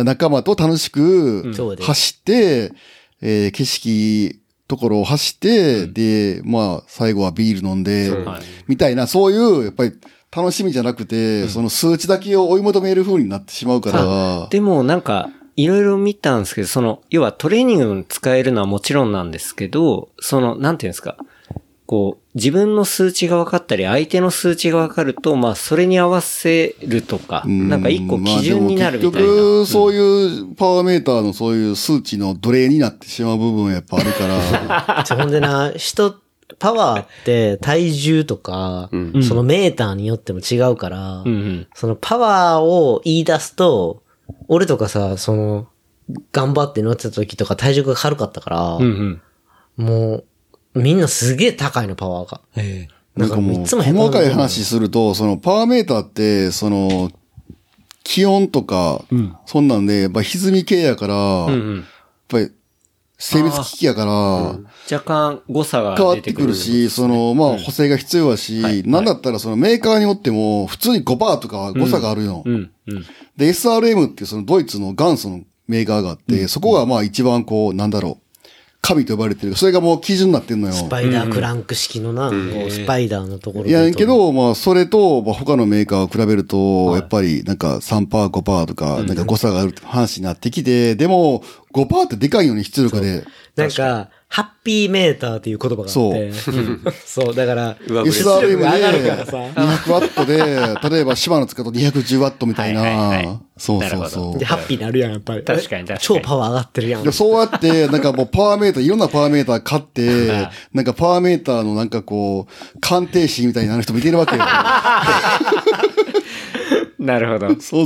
仲間と楽しく走って、景色、ところを走って、で、まあ、最後はビール飲んで、みたいな、そういう、やっぱり、楽しみじゃなくて、その数値だけを追い求める風になってしまうから。 でもなんか、いろいろ見たんですけど、要はトレーニングに使えるのはもちろんなんですけど、なんていうんですか、自分の数値が分かったり、相手の数値が分かると、まあ、それに合わせるとか、なんか一個基準になるみたいな。 結局、そういうパワーメーターのそういう数値の奴隷になってしまう部分はやっぱあるから。 ほんでな、人パワーって体重とか、そのメーターによっても違うから、そのパワーを言い出すと、俺とかさ、頑張って乗ってた時とか体重が軽かったから、もう、みんなすげえ高いの、パワーが。 なんかもう、細かい話すると、パワーメーターって、気温とか、そんなんで、やっぱ歪み系やから、やっぱり、精密機器やから、 若干誤差が変わってくるし、補正が必要やし、なんだったらメーカーによっても、普通に 5% とか誤差があるよ。で、SRM っていうドイツの元祖のメーカーがあって、そこが一番神と呼ばれてる。それがもう基準になってんのよ。 スパイダークランク式のな、スパイダーのところで。 いや、けど、それと、他のメーカーを比べると、やっぱり、3%、5% とか、誤差があるって話になってきて、でも、5% ってでかいよね、出力で。 ハッピーメーターっていう言葉があって。そう、だから、 SRM で200ワットで、例えばシマノ使うと210ワットみたいな。そうそうそう。 で、ハッピーになるやん、やっぱり。 確かに。 超パワー上がってるやん。 そうやって、もうパワーメーター、いろんなパワーメーター買って、パワーメーターの鑑定士みたいになる人もいてるわけよ。 なるほど。 そう。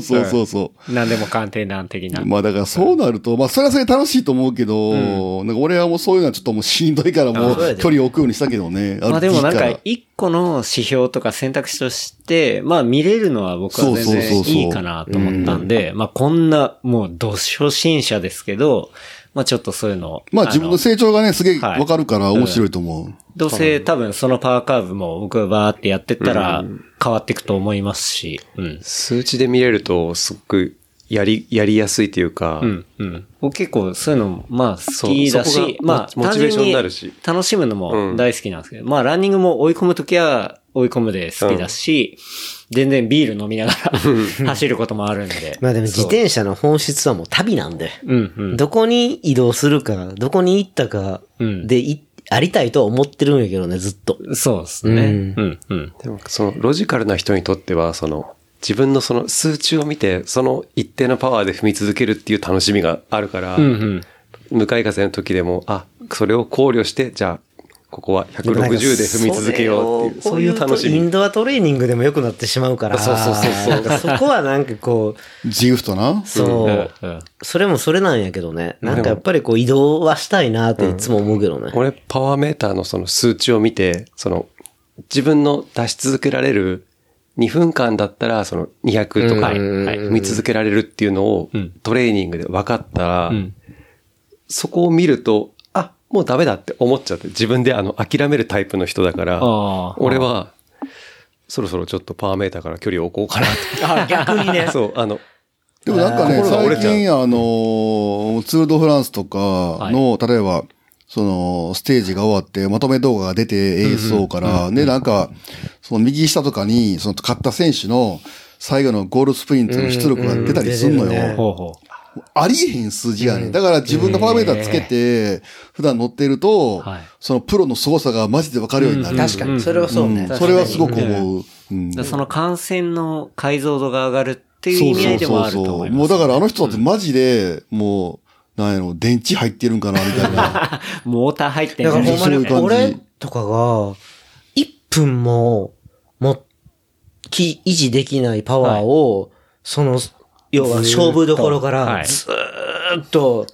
何でも鑑定難的な。 だからそうなると、それはそれ楽しいと思うけど、俺はもうそういうのはちょっともうしんどいからもう距離を置くようにしたけどね。 でも一個の指標とか選択肢として、見れるのは僕は全然いいかなと思ったんで、こんなもうど初心者ですけど、ちょっとそういうのを。 自分の成長がね、すげえわかるから面白いと思う。 どうせ多分そのパワーカーブも僕がバーってやってったら変わっていくと思いますし。 数値で見れるとすごくやりやすいというか。 僕結構そういうの好きだし、 モチベーションになるし。 楽しむのも大好きなんですけど、ランニングも追い込むときは追い込むで好きだし、全然ビール飲みながら走ることもあるんで。 でも自転車の本質はもう旅なんで。どこに移動するか、どこに行ったかでありたいとは思ってるんやけどね、ずっと。 そうですね。 でもロジカルな人にとっては、自分の数値を見て、その一定のパワーで踏み続けるっていう楽しみがあるから、向かい風の時でも、それを考慮して、じゃあ、ここは160で踏み続けようっていう、そういう楽しみ。 インドアトレーニングでも良くなってしまうから。そう。そこはジフトな。 そう。それもそれなんやけどね。やっぱり移動はしたいなっていつも思うけどね。 俺、パワーメーターの数値を見て、自分の出し続けられる2分間だったら、200とか踏み続けられるっていうのをトレーニングで分かったら、そこを見ると、もうダメだって思っちゃって、自分で諦めるタイプの人だから、俺は、そろそろちょっとパワーメーターから距離を置こうかなと。 逆にね。 そう、 でも最近、ツールドフランスとかの、例えば、ステージが終わって、まとめ動画が出て ASO から、で、右下とかに、勝った選手の最後のゴールスプリントの出力が出たりすんのよ。ありえへん数字やね。だから自分がパワーメーターつけて、普段乗ってると、プロの凄さがマジでわかるようになる。 確かに。それはそうね。 それはすごく思う。 その感染の解像度が上がるっていう意味合いでもあると思います。 もうだからあの人だってマジで、もう、電池入ってるんかな、みたいな。 モーター入ってるんかな。そういう感じ。俺とかが、1分も、維持できないパワーを、要は勝負どころからずーっと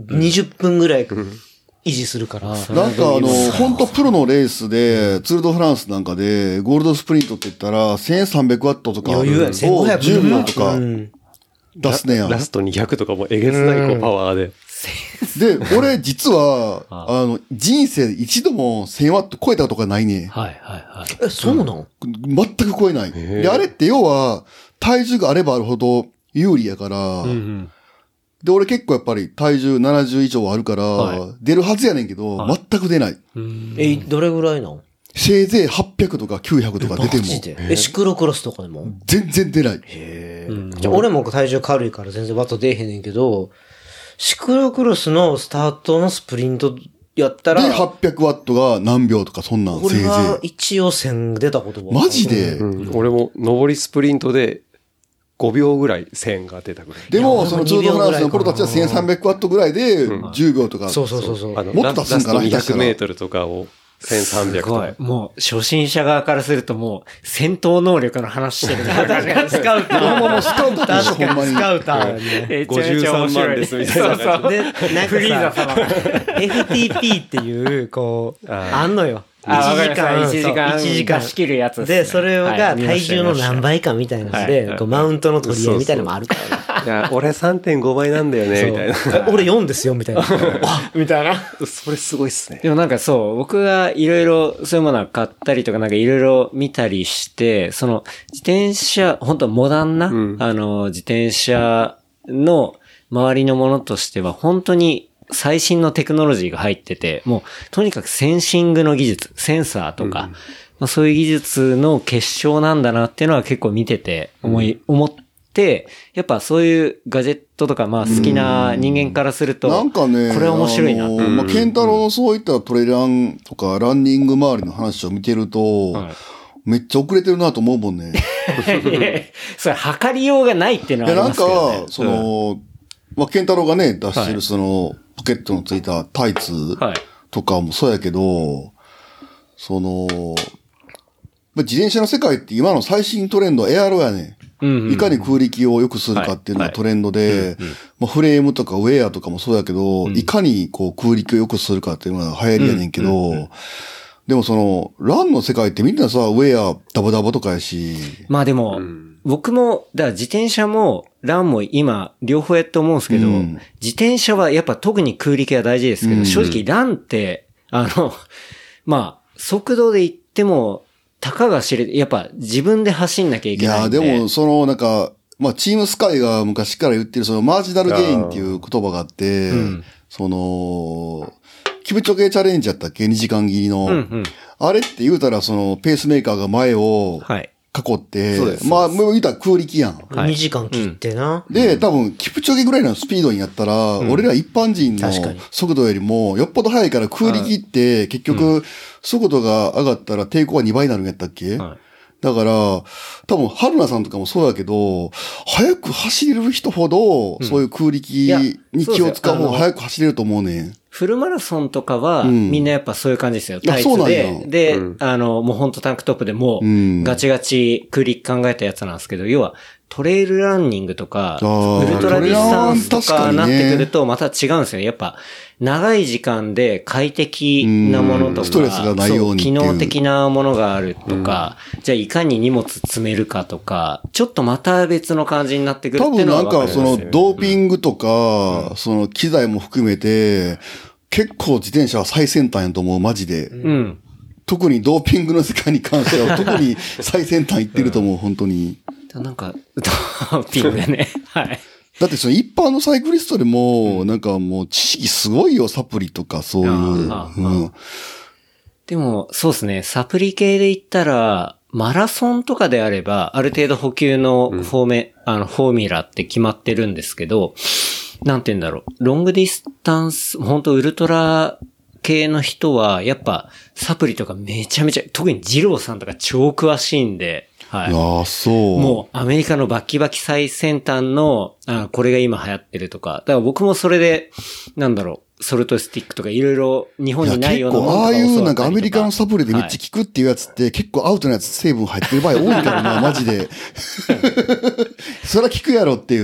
20分ぐらい維持するから。 本当プロのレースで、ツールドフランスなんかで、ゴールドスプリントって言ったら、1300ワットとか、 余裕や、1500 10秒とか、出すねや。 ラスト200とかもえげつないパワーで。 で、俺実は、人生で一度も1000ワット超えたことがないね。 そうなの？ 全く超えない。で、あれって要は、体重があればあるほど、有利やから、で、俺結構やっぱり体重70以上あるから、出るはずやねんけど、全く出ない。 どれぐらいなの？ せいぜい800とか900とか出ても。 シクロクロスとかでも全然出ない。 俺も体重軽いから全然ワット出えへんねんけど、シクロクロスのスタートのスプリントやったら。 で、800ワットが何秒とかそんなん、 せいぜい。俺は一応1000出たことは。 マジで、 俺も上りスプリントで、5秒ぐらい1000が出たぐらい。 でも、そのツールドフランスの頃たちは1300ワットぐらいで10秒とか。 そう。 もっと出すんかな、 200メートルとかを 1300とか。 もう、初心者側からするともう、戦闘能力の話してるな。 確かにスカウター。 もうスカウター確かにスカウターね。 53万ですみたいな。 そうそう。 で、なんかさ、FTP っていう、こう、あんのよ。 1時間仕切るやつで、それが体重の何倍かみたいなので、マウントの取り合いみたいなのもあるからね。 いや、俺 3.5 倍なんだよね、みたいな。 俺4ですよ、みたいな。みたいな。 それすごいっすね。 でもなんかそう、僕がいろいろそういうものを買ったりとかなんかいろいろ見たりして、その自転車、本当モダンな、自転車の周りのものとしては本当に最新のテクノロジーが入ってて、もうとにかくセンシングの技術、センサーとか、まあ、そういう技術の結晶なんだなっていうのは結構見てて思って、やっぱそういうガジェットとかまあ好きな人間からすると、 なんかね、 これは面白いな。 まあ、ケンタロウのそういったトレランとかランニング周りの話を見てると、めっちゃ遅れてるなと思うもんね。 それ測りようがないっていうのはありますけどね。 なんか、その、まあ、ケンタロウがね、出してるその、ポケットのついたタイツとかもそうやけど、その、自転車の世界って今の最新トレンドはエアロやね。いかに空力を良くするかっていうのがトレンドで、まあ、フレームとかウェアとかもそうやけど、いかにこう空力を良くするかっていうのが流行りやねんけど、でもその、ランの世界ってみんなさ、ウェアダボダボとかやし。 まあでも、僕も、だから自転車も、ランも今、両方やって思うんですけど、自転車はやっぱ特に空力が大事ですけど、正直ランって、まあ、速度で言っても、たかが知れて、やっぱ自分で走んなきゃいけないんで。 いや、でも、その、なんか、まあ、チームスカイが昔から言ってる、その、マージナルゲインっていう言葉があって、その、キプチョゲチャレンジやったっけ ?2 時間切りの。あれって言うたら、その、ペースメーカーが前を、囲って、まあ、もう言うたら空力やん。 2時間切ってな。 で、多分、キプチョゲぐらいのスピードにやったら、俺ら一般人の速度よりも、よっぽど速いから空力って、結局、速度が上がったら抵抗が2倍になるんやったっけだから、多分、春菜さんとかもそうやけど、速く走れる人ほど、そういう空力に気を使う方が速く走れると思うね。 フルマラソンとかは、みんなやっぱそういう感じですよ。タイツで、で、もうほんとタンクトップでもう、ガチガチ空力考えたやつなんですけど、要は、トレイルランニングとか、ウルトラディスタンスとかなってくると、また違うんですよね。やっぱ、長い時間で快適なものとか、 ストレスがないように機能的なものがあるとか、じゃあいかに荷物詰めるかとか、ちょっとまた別の感じになってくるっていうのは多分なんかそのドーピングとか、その機材も含めて、結構自転車は最先端やと思う、マジで。特にドーピングの世界に関しては、特に最先端行ってると思う、本当に。 なんか、ドーピングね。はい。 だってその一般のサイクリストでも、なんかもう知識すごいよ、サプリとかそういう。 でも、そうですね、サプリ系で言ったら、マラソンとかであれば、ある程度補給のフォーミュラって決まってるんですけど、なんて言うんだろう、ロングディスタンス、本当ウルトラ系の人は、やっぱサプリとかめちゃめちゃ、特にジローさんとか超詳しいんで、はい。 ああ、そう。 もうアメリカのバキバキ最先端の、これが今流行ってるとか。だから僕もそれで、なんだろう、ソルトスティックとかいろいろ日本にないようなものとか結構ああいうなんかアメリカのサプリでめっちゃ効くっていうやつって、結構アウトなやつ成分入ってる場合多いからな、マジで。そりゃ効くやろっていう、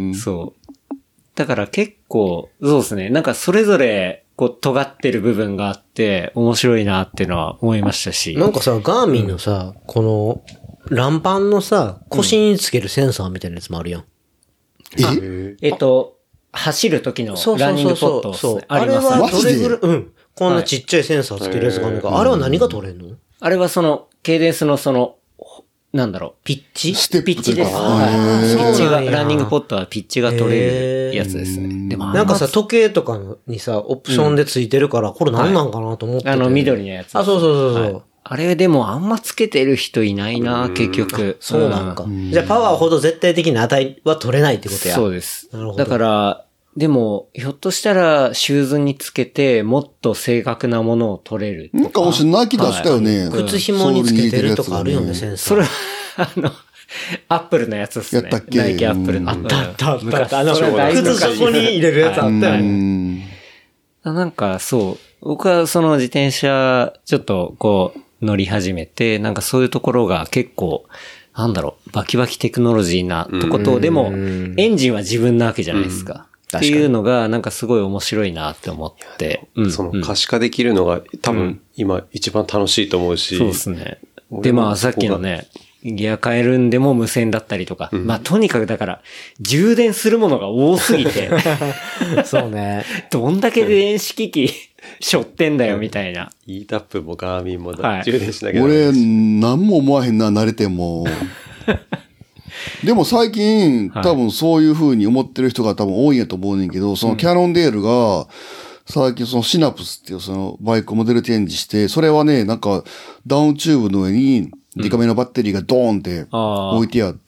そう。だから結構、そうですね。なんかそれぞれ、こう、尖ってる部分があって、面白いなっていうのは思いましたし。 なんかさ、ガーミンのさ、この、ランパンのさ、腰につけるセンサーみたいなやつもあるやん。 走る時のランニングポットですね。 あれはどれぐらい、こんなちっちゃいセンサーつけるやつがあるのか。あれは何が取れんの？ あれはその、ケイデンスのその、なんだろう、ピッチピッチです。ピッチが、ランニングポットはピッチが取れるやつですね。 でもなんかさ、時計とかにさ、オプションでついてるから、これ何なんかなと思ってて。 緑のやつ。 そう。 あれでもあんまつけてる人いないな、結局。 そうなんか。じゃあパワーほど絶対的な値は取れないってことや。 そうです。なるほど。だから、でも、ひょっとしたら、シューズにつけて、もっと正確なものを取れる。 なんかもしナイキ出したよね。 靴紐につけてるとかあるよね、センサー。 それは、アップルのやつっすね。 やったっけ？ ナイキアップルの。 あった。靴底に入れるやつあったよね。 なんか、そう。 僕はその自転車、ちょっとこう、乗り始めて、なんかそういうところが結構、なんだろう、バキバキテクノロジーなとこと、でも、エンジンは自分なわけじゃないですか。っていうのが、なんかすごい面白いなって思って。 その可視化できるのが多分今一番楽しいと思うし。 そうですね。で、まあさっきのね、ギア変えるんでも無線だったりとか。まあとにかくだから、充電するものが多すぎて。 そうね。 どんだけ電子機器、背負ってんだよみたいな。 ETAP もガーミンも充電しなきゃ俺、何も思わへんな、慣れても。でも最近、多分そういう風に思ってる人が多分多いんやと思うねんけど、そのキャノンデールが、最近そのシナプスっていうそのバイクモデルチェンジして、それはね、なんかダウンチューブの上にデカめのバッテリーがドーンって置いてあって、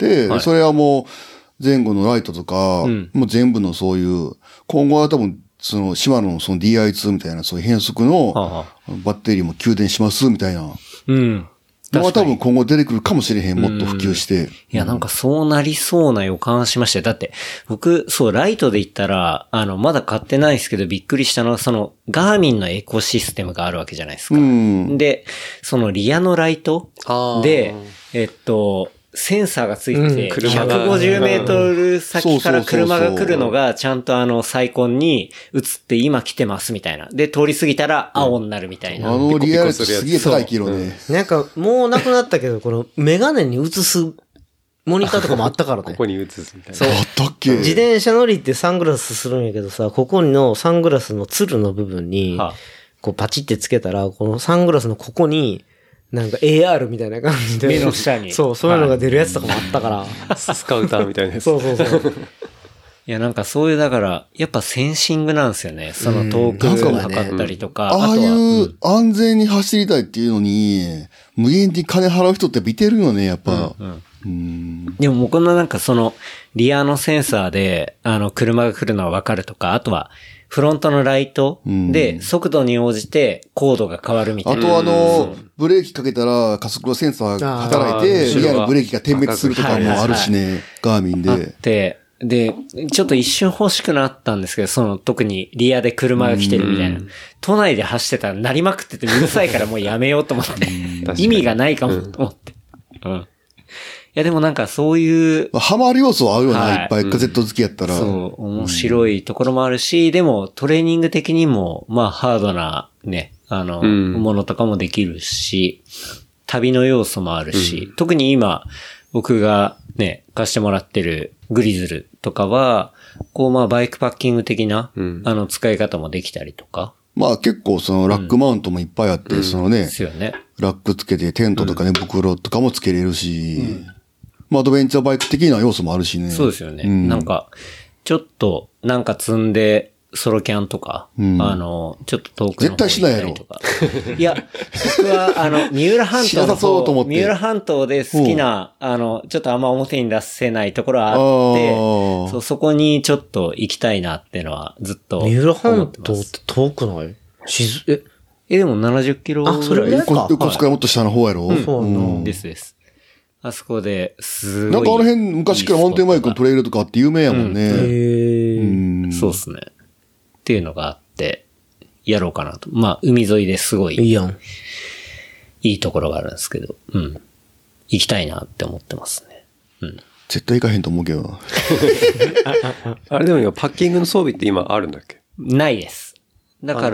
それはもう前後のライトとか、もう全部のそういう、今後は多分そのシマノのその DI2 みたいなそういう変速のバッテリーも給電しますみたいな。のは多分今後出てくるかもしれへん、もっと普及して。 いや、なんかそうなりそうな予感しましたよ。だって、僕、そう、ライトで言ったら、まだ買ってないですけど、びっくりしたのは、その、ガーミンのエコシステムがあるわけじゃないですか。で、そのリアのライトで、センサーがついて、150メートル先から車が来るのが、ちゃんとサイコンに映って今来てますみたいな。で、通り過ぎたら青になるみたいな。 リアルすげえ高いキロね。 なんか、もうなくなったけど、このメガネに映すモニターとかもあったからね。 ここに映すみたいな。 そう。 あったっけ？ 自転車乗りってサングラスするんやけどさ、ここのサングラスのツルの部分に、こうパチってつけたら、このサングラスのここに、なんか AR みたいな感じで。 目の下に。 そう、そういうのが出るやつとかもあったから。 スカウターみたいなやつ。 そうそうそう。 いや、なんかそういう、だから、やっぱセンシングなんですよね。その遠くを測ったりとか。 ああいう安全に走りたいっていうのに、無限に金払う人って見てるよね、やっぱ。 でも僕のなんかその、リアのセンサーで、車が来るのはわかるとか、あとは、フロントのライトで速度に応じて高度が変わるみたいな。 あとブレーキかけたら加速度センサーが働いて、リアのブレーキが点滅するとかもあるしね、ガーミンで。 で、ちょっと一瞬欲しくなったんですけど、その特にリアで車が来てるみたいな。都内で走ってたら鳴りまくっててうるさいからもうやめようと思って。意味がないかもと思って。いやでもなんかそういう。 ハマる要素はあるよね、いっぱい。ガゼット好きやったら。 そう、面白いところもあるし、でもトレーニング的にも、まあハードなね、ものとかもできるし、旅の要素もあるし、特に今、僕がね、貸してもらってるグリズルとかは、こうまあバイクパッキング的な、使い方もできたりとか。 まあ結構そのラックマウントもいっぱいあって、そのね、 ですよね。 ラックつけてテントとかね、袋とかもつけれるし、まあアドベンチャーバイク的な要素もあるしね。 そうですよね。なんか、ちょっとなんか積んで、ソロキャンとか、ちょっと遠くの方に行ったりとか。絶対しないやろ。 いや、僕は三浦半島の三浦半島で好きな、ちょっとあんま表に出せないところはあって、そこにちょっと行きたいなってのはずっと。 三浦半島って遠くない？ でも70キロぐらい。 あ、それぐらいか。 横須賀もっと下の方やろ？ そうなんです。あそこで、すごい。 なんかあの辺、昔からマウンテンバイクのトレイルとかって有名やもんね。 そうっすね。っていうのがあって、やろうかなと。まあ、海沿いですごい、 いいやん。 いいところがあるんですけど、行きたいなって思ってますね。 絶対行かへんと思うけどな。 あれでも今、パッキングの装備って今あるんだっけ？ ないです。だから、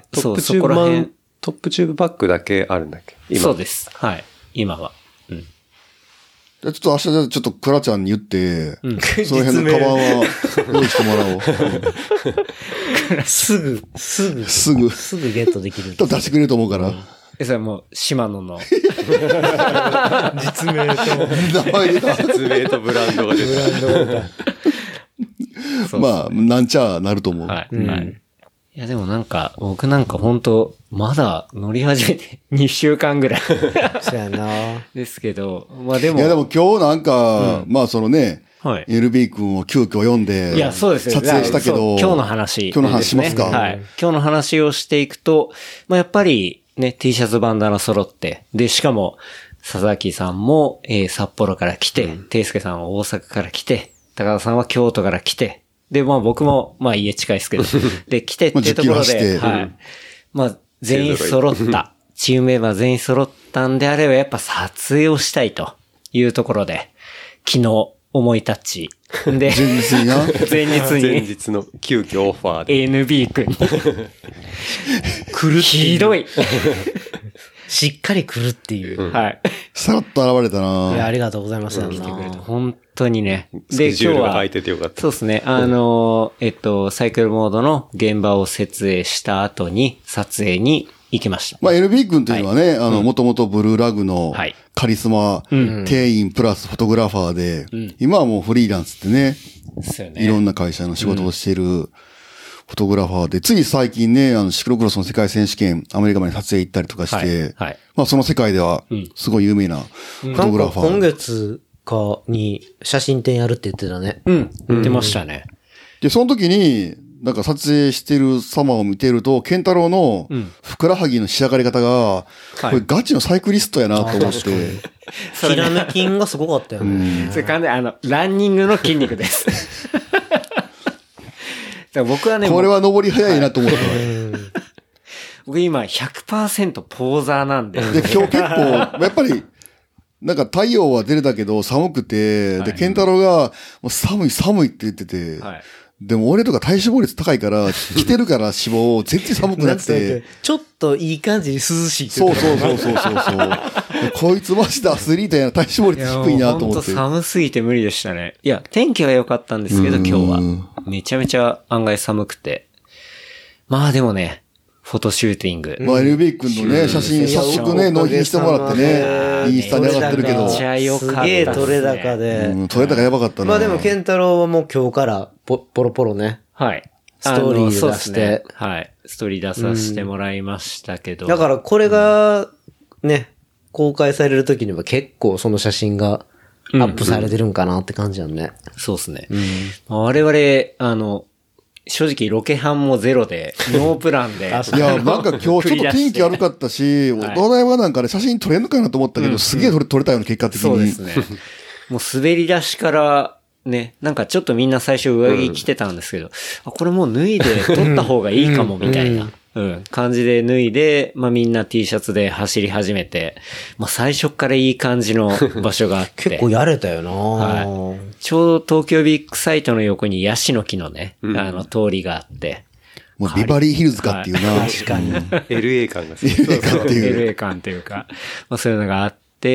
トップチューブバッグだけあるんだっけ？ 今そうです。はい。今は。 ちょっと明日ちょっとクラちゃんに言って、その辺のカバンは用意してもらおう。 すぐゲットできる。 出してくれると思うから。 それもう、シマノの。 実名と。 名前出た。 実名とブランドが出た。まあ、なんちゃなると思う。 はい。いやでもなんか、僕なんか本当まだ乗り始めて2週間ぐらい。 そうやな。 ですけど、まあでも。 いやでも今日なんか、まあそのね、LB 君を急遽読んで、 いやそうです撮影したけど、 今日の話しますか？ はい。今日の話をしていくと、まあやっぱりね、T シャツバンダナ揃って、で、しかも、佐々木さんも、札幌から来て、ていすけさんは大阪から来て、高田さんは京都から来て、で、まあ僕も、まあ家近いですけど、で、来てっていうところで、はい。 まあ、全員揃った。チームメンバー全員揃ったんであれば、やっぱ撮影をしたいというところで、昨日思い立ち。で、 前日にな。 前日の急遽オファーで。 NB 君に。 来るひどい。 しっかり来るっていう。 はい。 さらっと現れたな。 いや、ありがとうございます。 来てくれて。本当にね。 で、今日は空いててよかった。 そうですね。サイクルモードの現場を設営した後に撮影に行きました。 まあ、NB 君というのはね、もともとブルーラグのカリスマ店員プラスフォトグラファーで、今はもうフリーランスってね、いろんな会社の仕事をしているフォトグラファーで、つい最近ね、シクロクロスの世界選手権、アメリカまで撮影行ったりとかして、まあその世界ではすごい有名なフォトグラファー。 今月かに写真展やるって言ってたね。 言ってましたね。 で、その時に、なんか撮影してる様を見てると、ケンタロウのふくらはぎの仕上がり方が、これガチのサイクリストやなと思って。 ひらめきんがすごかったよね。 それ完全にランニングの筋肉です。僕はね、 これは登り早いなと思って。 僕今 100% ポーザーなんで。 で、今日結構、やっぱり、なんか太陽は出るだけど寒くて、で、ケンタロウが、もう寒いって言ってて、でも俺とか体脂肪率高いから、着てるから脂肪全然寒くなって。 ちょっといい感じに涼しいってそう。こいつマジでアスリートやな、体脂肪率低いなと思って。 本当寒すぎて無理でしたね。いや、天気は良かったんですけど、今日は。めちゃめちゃ案外寒くて。まあでもね、フォトシューティング。 まあ LB 君のね、写真早速ね、納品してもらってね、インスタに上がってるけど。 めっちゃ良かった。 すげえ取れ高で。 取れ高やばかったな。 まあでもケンタロウはもう今日からポロポロね。 はい。 ストーリー出して。 はい。ストーリー出させてもらいましたけど。 だからこれが、ね、公開される時には結構その写真がアップされてるんかなって感じやんね。 そうですね。我々、正直ロケハンもゼロで、ノープランで。 いや、なんか今日ちょっと天気悪かったし、お台場なんかで写真撮れんのかなと思ったけど、すげえ撮れたような結果的に。 そうですね。もう滑り出しからね、なんかちょっとみんな最初上着着てたんですけど、これもう脱いで撮った方がいいかもみたいな。感じで脱いで、まあみんな T シャツで走り始めて、まあ最初からいい感じの場所があって。 結構やれたよな、 ちょうど東京ビッグサイトの横にヤシの木のね、通りがあって。 もうビバリーヒルズかっていうな。 確かに。 LA 感がする。 LA 感っていうか、まあそういうのがあって、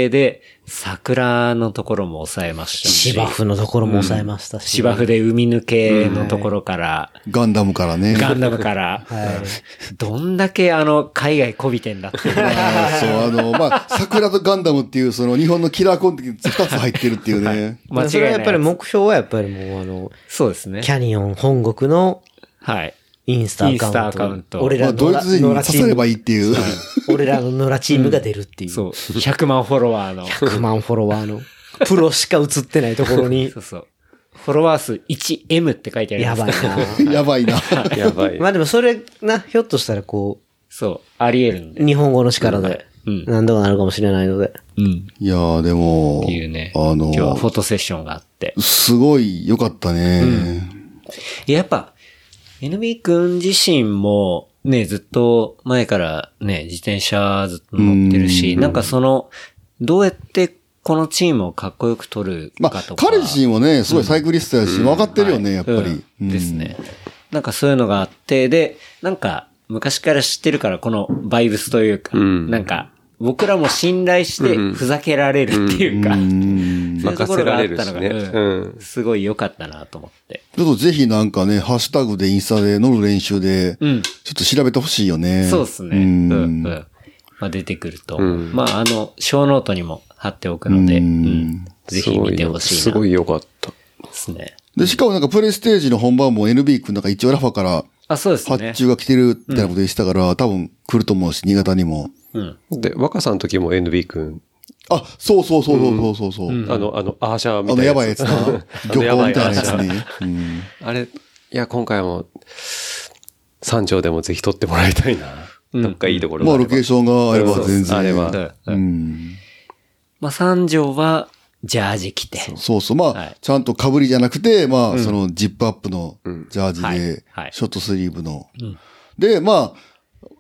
で、桜のところも抑えましたし。 芝生のところも抑えましたし。 芝生で海抜けのところから。 ガンダムからね。 ガンダムから。どんだけ海外こびてんだっていう。 そう、まあ、桜とガンダムっていうその日本のキラーコンテンツ2つ入ってるっていうね。 間違いない。それはやっぱり目標はやっぱりもうそうですね。 キャニオン本国の、 はい。 インスタアカウント。俺らのドイツ人に刺さればいいっていう。 俺らの野良チームが出るっていう。 そう。100万フォロワーの。 100万フォロワーの。プロしか映ってないところに。 そうそう。フォロワー数 1M って書いてあります。 やばいな。 やばい。 まあでもそれな、ひょっとしたらこう。 そう。あり得るんで。 日本語の力で。何度かなるかもしれないので。 いやーでも。 っていうね。今日はフォトセッションがあって。 すごい良かったね。 やっぱ、NB 君自身もね、ずっと前からね、自転車ずっと乗ってるし、なんかどうやってこのチームをかっこよく撮るかとか。 彼自身もね、すごいサイクリストやし、分かってるよね、やっぱり。 ですね。なんかそういうのがあって、で、なんか昔から知ってるからこのバイブスというか、なんか僕らも信頼してふざけられるっていうか、そういうところがあったのが、すごい良かったなと思って。 ちょっとぜひなんかね、ハッシュタグでインスタで乗る練習で、ちょっと調べてほしいよね。 そうですね。まあ出てくると。まあ小ノートにも貼っておくので、ぜひ見てほしいな。 すごい良かった。 ですね。 で、しかもなんかプレイステージの本番も NB 君なんか一応ラファからそうですね。 発注が来てるみたいなことでしたから、多分来ると思うし、新潟にも。 で、若さんの時も NB 君。 そう。アーシャーみたいな。 やばいやつな。漁港みたいなやつね。 あれ、いや、今回も、三条でもぜひ撮ってもらいたいな。どっかいいところがまあ、ロケーションがあれば全然。 あれは。 まあ、三条は、ジャージ着て。 そう。まあ、ちゃんと被りじゃなくて、まあ、そのジップアップのジャージで、ショートスリーブの。で、まあ、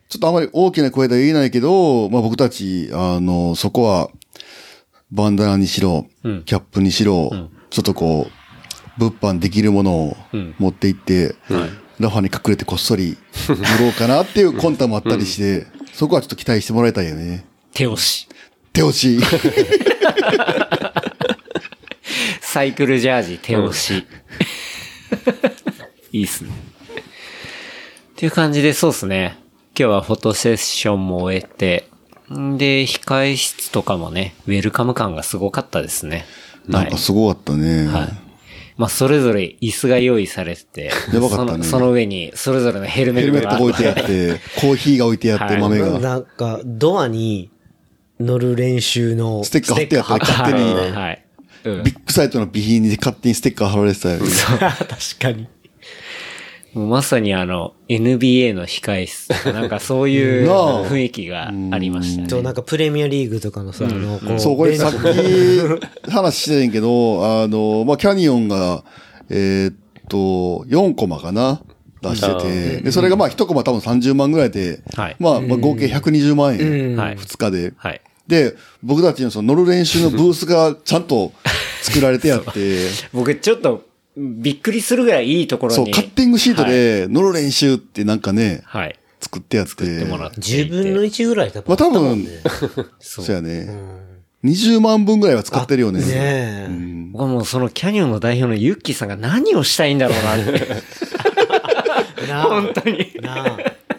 ちょっとあまり大きな声では言えないけど、まあ僕たち、そこは、バンダナにしろ、キャップにしろ、ちょっとこう、物販できるものを持って行って、ラファに隠れてこっそり売ろうかなっていう魂胆もあったりして、そこはちょっと期待してもらいたいよね。 手押し。 手押し。 サイクルジャージ手押し。いいっすね。っていう感じで、そうっすね。今日はフォトセッションも終えて、で、控え室とかもね、ウェルカム感がすごかったですね。 なんかすごかったね。 はい。まあ、それぞれ椅子が用意されてて、 やばかったね。 その上に、それぞれのヘルメットが置いてあって、コーヒーが置いてあって、豆が。 なんか、ドアに乗る練習のステッカー貼ってあって、勝手に。はい。ビッグサイトの備品に勝手にステッカー貼られてたよね。 確かに。 もうまさにNBA の控え室とか、なんかそういう雰囲気がありましたね。 そう、なんかプレミアリーグとかのさ、 そう、これさっき話してたんけど、まあ、キャニオンが、4コマかな出してて、で、それがまあ1コマ多分30万ぐらいで、まあ、合計120万円、2日で。で、僕たちのその乗る練習のブースがちゃんと作られてやって。 僕ちょっと、びっくりするぐらいいいところに。 そう、カッティングシートで乗る練習ってなんかね、作ってやって。 10分の1ぐらい多分。 まあ多分、そうやね。20万分ぐらいは使ってるよね。 ねえ。僕はもうそのキャニオンの代表のユッキーさんが何をしたいんだろうなって。本当に。だから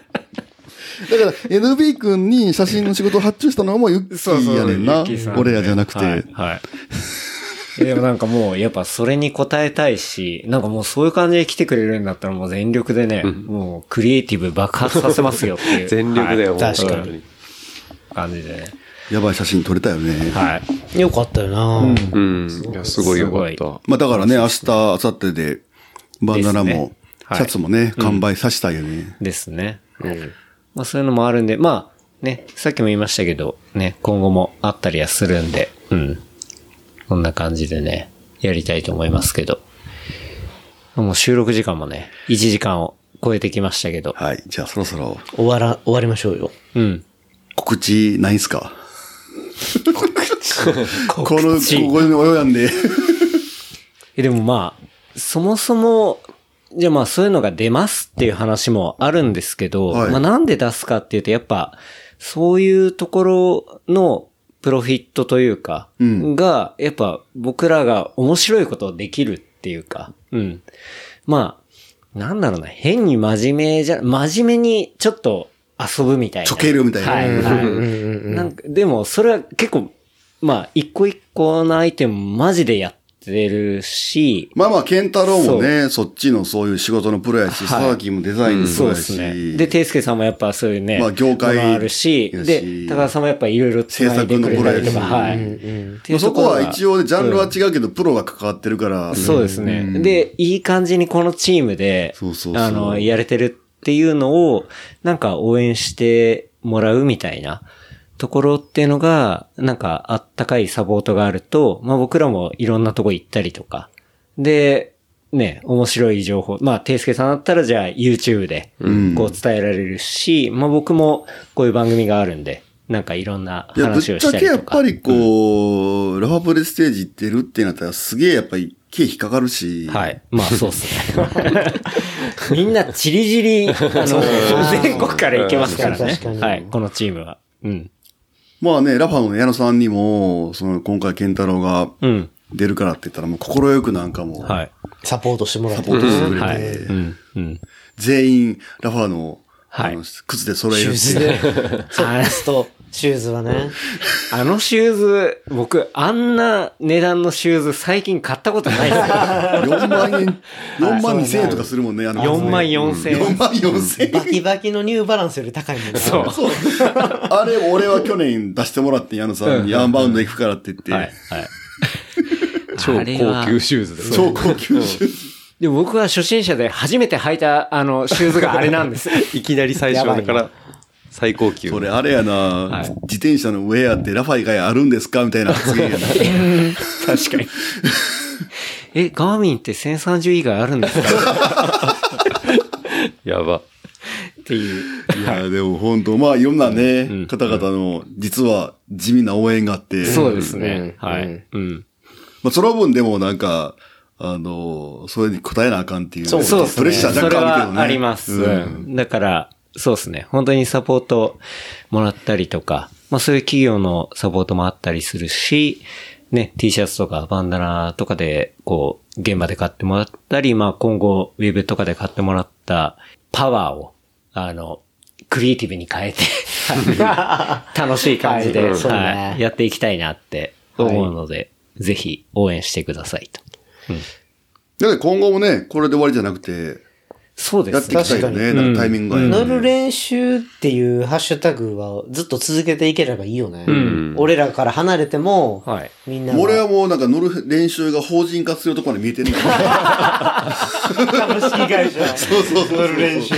NB 君に写真の仕事を発注したのもユッキーやねんな。俺らじゃなくて。はい。 でもなんかもうやっぱそれに応えたいし、なんかもうそういう感じで来てくれるんだったらもう全力でね、もうクリエイティブ爆発させますよっていう。 全力だよ、 確かに。 感じでね。 やばい写真撮れたよね。 はい。 よかったよな。 いや、すごいよかった。 まあだからね、明日、明後日で、バンダナも、シャツもね、完売させたいよね。 ですね。まあそういうのもあるんで、まあね、さっきも言いましたけど、ね、今後もあったりはするんで、こんな感じでね、やりたいと思いますけど。もう収録時間もね、1時間を超えてきましたけど。 はい。じゃあそろそろ。 終わりましょうよ。 告知ないんすか？ここに及んで。 でもまあ、そもそも、じゃあまあそういうのが出ますっていう話もあるんですけど、まあなんで出すかっていうと、やっぱ、そういうところの、プロフィットというか、が、やっぱ僕らが面白いことをできるっていうか、まあ、なんだろうな、変に真面目にちょっと遊ぶみたいな。 ちょけるみたいな。 なんかでも、それは結構、まあ、一個一個のアイテムマジでやってるし。 まあまあ、ケンタロウもね、そっちのそういう仕事のプロやし、佐々木もデザインのプロやし。そうですね。 で、テイスケさんもやっぱそういうね、 まあ、業界もあるし、で、高田さんもやっぱいろいろ制作のプロやし。そこは一応ね、ジャンルは違うけど、プロが関わってるから。 そうですね。で、いい感じにこのチームで、やれてるっていうのを、なんか応援してもらうみたいな。ところっていうのが、なんかあったかいサポートがあると、まあ僕らもいろんなとこ行ったりとか。で、ね、面白い情報。まあ、ていすけさんだったらじゃあ YouTube でこう伝えられるし、まあ僕もこういう番組があるんで、なんかいろんな話をしたりとか。ぶっちゃけやっぱりこう、ラファプレステージ行ってるってなったらすげえやっぱり経費かかるし。 はい。まあそうっすね。みんなチリジリ、全国から行けますからね。はい。このチームは。 まあね、ラファの矢野さんにも、今回ケンタロウが出るからって言ったら、もう心よくなんかも、 サポートしてもらって。 サポートしてくれて、全員、ラファの、靴で揃えるって。 シューズで。ソックスとシューズはね。 あのシューズ、僕、あんな値段のシューズ最近買ったことないですよ。 4万円、4万2千円とかするもんね、 4万4千円。 4万4千円。 バキバキのニューバランスより高いもんね。 そう。 あれ、俺は去年出してもらって、矢野さんにアンバウンド行くからって言って。はい。 超高級シューズです。 超高級シューズ。 でも僕は初心者で初めて履いた、シューズがあれなんです。 いきなり最初だから、最高級。 それあれやな、自転車のウェアってラファ以外あるんですかみたいな発言やな。 確かに。ガーミンって1030以外あるんですかやば。 っていう。 や、でも本当まあいろんなね、方々の、実は地味な応援があって。 そうですね。はい。 まあその分でもなんか、それに応えなあかんっていう。 そうですね。 プレッシャー若干あるけどね。 それはあります。だから、そうですね。本当にサポートもらったりとか、まあそういう企業のサポートもあったりするし、ね、T シャツとかバンダナとかで、こう、現場で買ってもらったり、まあ今後、ウェブとかで買ってもらったパワーを、クリエイティブに変えて、楽しい感じで、やっていきたいなって思うので、ぜひ応援してくださいと。 だから今後もね、これで終わりじゃなくて、 そうです。 やっていきたいよね。なんかタイミングが、 乗る練習っていうハッシュタグはずっと続けていければいいよね。俺らから離れても、みんな。 俺はもうなんか乗る練習が法人化するところまで見えてるんだ株式会社。 そう。 乗る練習。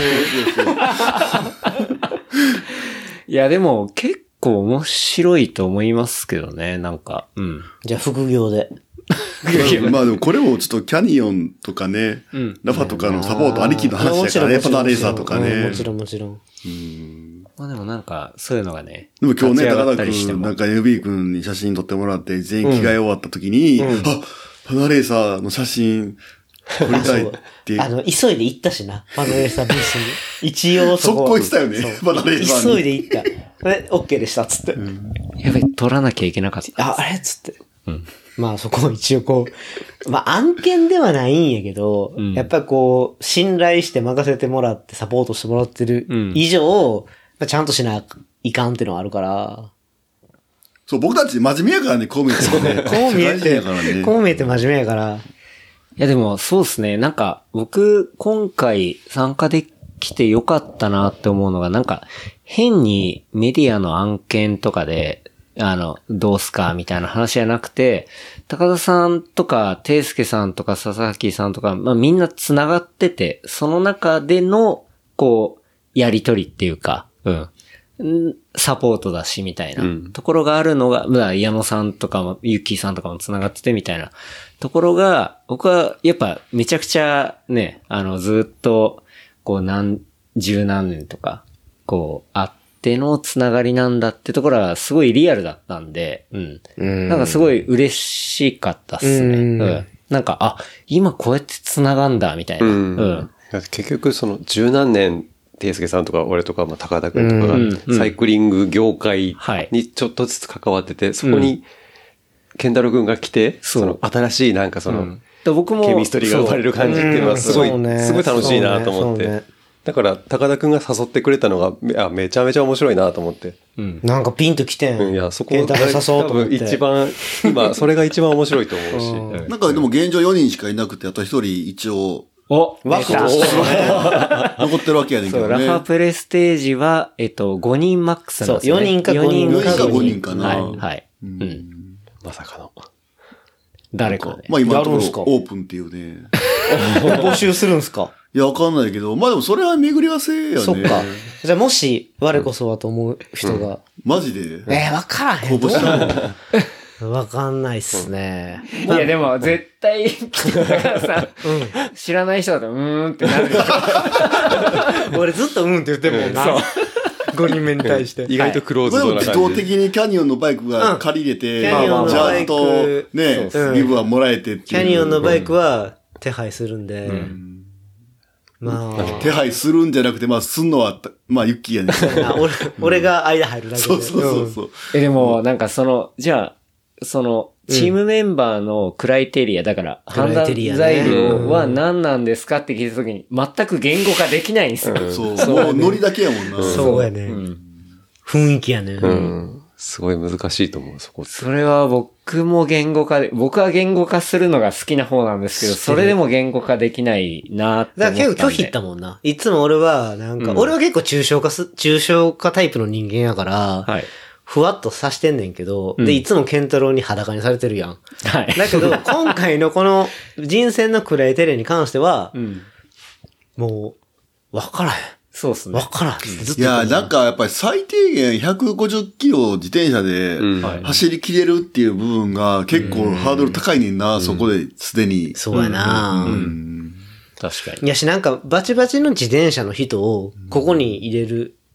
いや、でも結構面白いと思いますけどね、なんか。 じゃあ副業で。 まあでもこれもちょっとキャニオンとかね、ラファとかのサポートありきの話だからね、パナレーサーとかね。 もちろん。 まあでもなんか、そういうのがね。 でも今日ね、高田君、なんか NB 君に写真撮ってもらって、全員着替え終わった時に、パナレーサーの写真撮りたいって。 急いで行ったしな、パナレーサーブースに。一応速攻行ってたよね、パナレーサーに。 急いで行った。OK でした、つって。 やべ、撮らなきゃいけなかった。 あれつって。まあそこを一応こう、まあ案件ではないんやけど、やっぱりこう、信頼して任せてもらってサポートしてもらってる以上、ちゃんとしないかんっていうのはあるから。 そう、僕たち真面目やからね、こう見えてね。 こう見えて真面目やから。いやでもそうですね、なんか僕今回参加できてよかったなって思うのが、なんか変にメディアの案件とかで、どうすかみたいな話じゃなくて、高田さんとか、ていすけさんとか、佐々木さんとか、まあみんな繋がってて、その中での、こう、やりとりっていうか、サポートだし、みたいなところがあるのが、まあ矢野さんとかも、ゆっきーさんとかも繋がっててみたいなところが、僕はやっぱめちゃくちゃね、ずっと、こう十何年とか、こう、あってのつながりなんだってところはすごいリアルだったんで、なんかすごい嬉しかったっすね。なんか、今こうやってつながんだ、みたいな。 結局その十何年、ていすけさんとか俺とか、高田くんとかがサイクリング業界にちょっとずつ関わってて、そこに、ケンタロウくんが来て、その新しいなんかその、 僕もケミストリーが生まれる感じっていうのはすごい楽しいなと思って。だから、高田くんが誘ってくれたのが、めちゃめちゃ面白いなと思って。 なんかピンと来てん。 いや、そこが多分一番、今、それが一番面白いと思うし。 なんかでも現状4人しかいなくて、あと1人一応、 わか残ってるわけやねんけどね。 ラファプレステージは、5人マックスなんですね。 4人か5人か 5人かな。 はい。 まさかの。 誰かね。 まあ今のところオープンっていうね。 募集するんすか？ いや、わかんないけど、まあでもそれは巡り合わせやね。 そっか。じゃあもし、我こそはと思う人が。 マジでわからへん。 応募したのわかんないっすね。 いやでも、絶対、だからさ、知らない人だと、ってなる。 俺ずっとって言ってるもんな。そう。5人目に対して。 意外とクローズドな感じ。 自動的にキャニオンのバイクが借りれて、ジャージとね、リブはもらえてっていう。 キャニオンのバイクは手配するんで、まあ。 手配するんじゃなくて、まあ、すんのは、まあ、ユッキーやね。 俺が間入るだけで。 そう。 でも、なんかじゃあ、チームメンバーのクライテリア、だから、判断材料は何なんですかって聞いたときに、全く言語化できないんですよ。 そう。もうノリだけやもんな。 そうやね。雰囲気やね。 すごい難しいと思う、そこって。 それは僕は言語化するのが好きな方なんですけど、それでも言語化できないなって思ったんで。 だから結構拒否ったもんな。いつも俺は、俺は結構抽象化タイプの人間やから、ふわっとさしてんねんけど、で、いつもケンタロウに裸にされてるやん。だけど、今回のこの人選のクライテリアに関しては、もう、わからへん。 そうっすね。 わからん。 いや、なんかやっぱり最低限150キロ自転車で走り切れるっていう部分が結構ハードル高いねんな、そこですでに。 そうやな、 確かに。 いやし、なんかバチバチの自転車の人をここに入れる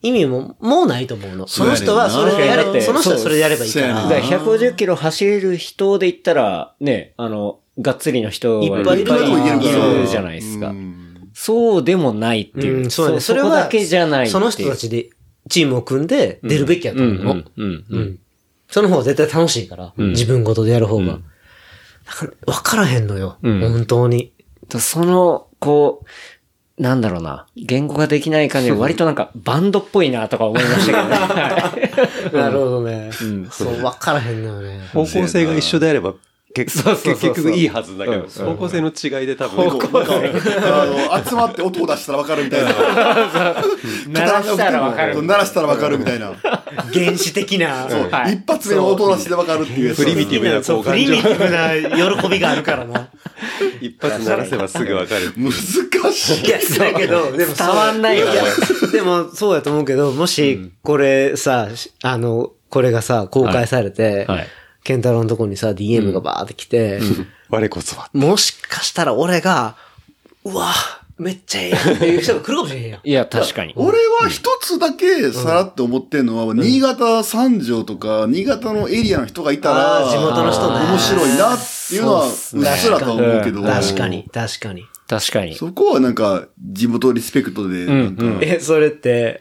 意味もうないと思うの。その人はそれでやれ、その人はそれでやればいいから。 150キロ走れる人で言ったら、ね、がっつりの人がいっぱいいるじゃないですか。そうでもないっていう。 そうね。それは、 だけじゃない。 その人たちでチームを組んで出るべきやと思うの。その方が絶対楽しいから。自分ごとでやる方が。だから、わからへんのよ。本当に。 なんだろうな。言語ができない感じで割となんかバンドっぽいなとか思いましたけどね。 なるほどね。そう、わからへんのよね。 方向性が一緒であれば、結局いいはずだけど、方向性の違いで多分。 集まって音を出したらわかるみたいな。 鳴らしたらわかる。 鳴らしたらわかるみたいな。 原始的な。 一発目の音出しでわかるっていう。 プリミティブなこう、プリミティブな喜びがあるからな。 一発鳴らせばすぐわかる。 難しい。 いや、だけど、でも伝わんないよ。 でも、そうやと思うけど、もし、これさ、これがさ、公開されて、ケンタロウのとこにさ、DM がバーって来て、 我こそは。 もしかしたら俺が、うわ、めっちゃええやんっていう人が来るかもしれへんやん。 いや、確かに。 俺は一つだけさらって思ってんのは、新潟三条とか、新潟のエリアの人がいたら、 地元の人ね。 面白いなっていうのは、うっすらとは思うけど。 確かに、確かに。 確かに。 そこはなんか、地元リスペクトで、なんか。 それって、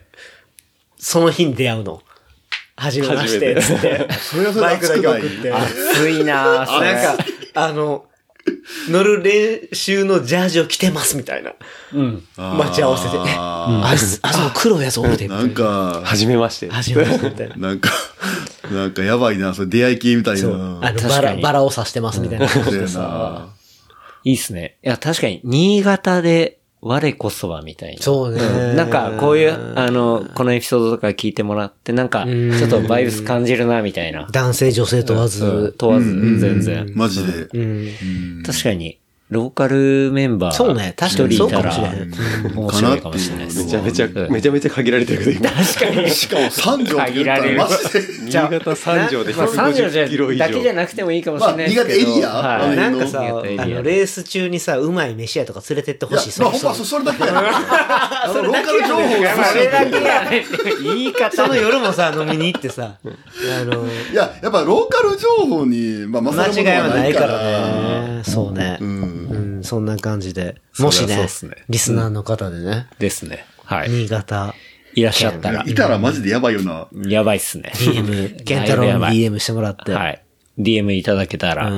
その日に出会うの。はじめまして、つって。 それはそれで熱くない。 熱いなぁ。 なんか、乗る練習のジャージを着てますみたいな。待ち合わせで。その黒いやつおるで。 なんか、 はじめまして。 はじめましてみたいな。 なんかやばいな、それ出会い系みたいな。 バラを刺してますみたいな。 いいっすね。いや、確かに、新潟で、我こそはみたいな。 そうね。 なんか、こういう、このエピソードとか聞いてもらって、なんか、ちょっとバイブス感じるな、みたいな。 男性、女性問わず。 全然。 マジで。 確かに、ローカルメンバー。 そうね、確かにそうかもしれない。 面白いかもしれないです。 めちゃめちゃ限られてるけど、 確かに。 しかも三条限られる。 新潟三条で150キロ以上。 だけじゃなくてもいいかもしれないですけど。 新潟エリアなんかさ、レース中にさ、うまい飯屋とか連れてってほしい。 ほんま、それだけやな。ローカル情報がそれだけやね。言い方。 その夜もさ、飲みに行ってさ、 いや、やっぱローカル情報に、 間違いはないからね。そうね。そんな感じで。もしね、リスナーの方でね。 ですね。はい。 新潟。 いらっしゃったら。 いたらマジでやばいよな。 やばいっすね。 DM、ケンタロウに DM してもらって。 はい。DM いただけたら、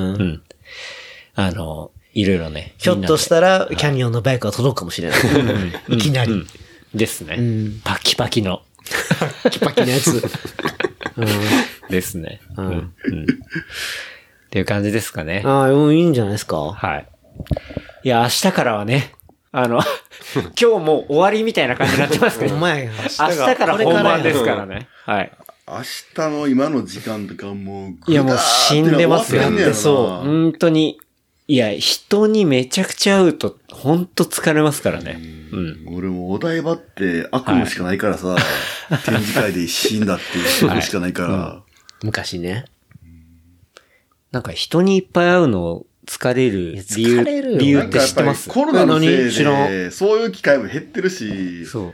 いろいろね。 ひょっとしたら、キャニオンのバイクが届くかもしれない。いきなり。 ですね。パキパキの。 パキパキのやつ。 ですね。っていう感じですかね。 ああ、いいんじゃないですか。 はい。いや、明日からはね、今日もう終わりみたいな感じになってますけど。明日から本番ですからね。はい。 明日の今の時間とかもう、 いやもう死んでますよ。そう。本当に。いや、人にめちゃくちゃ会うと、本当疲れますからね。 俺もお台場って悪夢しかないからさ、展示会で死んだっていうことしかないから。 昔ね。 なんか人にいっぱい会うの疲れる理由って知ってます？ コロナのせいで、そういう機会も減ってるし。 そう。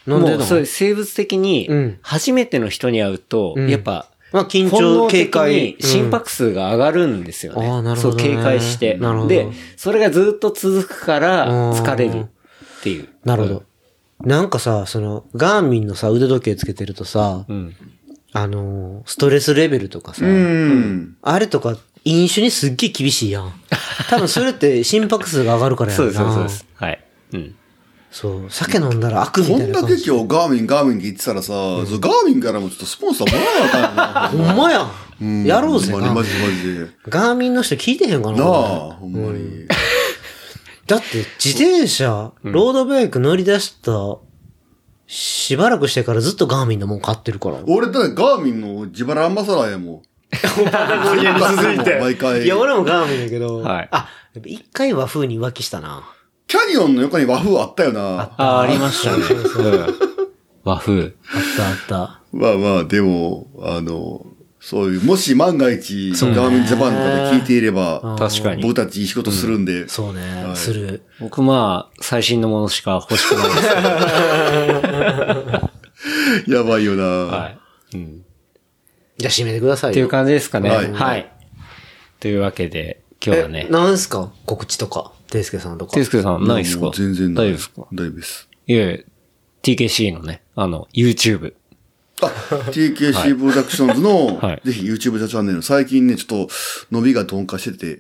もうそういう生物的に、初めての人に会うと、やっぱ、 緊張警戒。 心拍数が上がるんですよね。そう、警戒して。で、それがずっと続くから疲れるっていう。 なるほど。なんかさ、ガーミンのさ、腕時計つけてるとさ、ストレスレベルとかさ、あれとか、飲酒にすっげえ厳しいやん。多分それって心拍数が上がるからやんな。 そうです。はい。 そう。酒飲んだら悪みたいな感じ。 こんだけ今日ガーミンって言ってたらさ、ガーミンからもちょっとスポンサーもらわなあかんな。 ほんまやん。やろうぜ。 マジで。 ガーミンの人聞いてへんかな。 なあ、ほんまに。 だって自転車、ロードバイク乗り出した、しばらくしてからずっとガーミンのもん買ってるから。 俺だってガーミンの自腹アンバサダーやもん。 続いて。 毎回。 いや、俺もガーミンだけど、一回和風に浮気したな。 キャニオンの横に和風あったよな。 ありましたね。和風。 あった。 まあ、でも、そういう、もし万が一、ガーミンジャパンとかで聞いていれば、 確かに。 僕たちいい仕事するんで。 そうね、する。 僕最新のものしか欲しくないですやばいよな。 はい。うん。 じゃあ締めてくださいよ。 っていう感じですかね。 はい。 はい。というわけで、今日はね。 何ですか告知とか。ていすけさんとか。 ていすけさん、ないですか全然ない。 大丈夫ですか大丈夫です。 いやいや、TKC のね、YouTube。 TKC プロダクションズの、はい、ぜひ YouTube チャンネル、最近ね、ちょっと伸びが鈍化してて、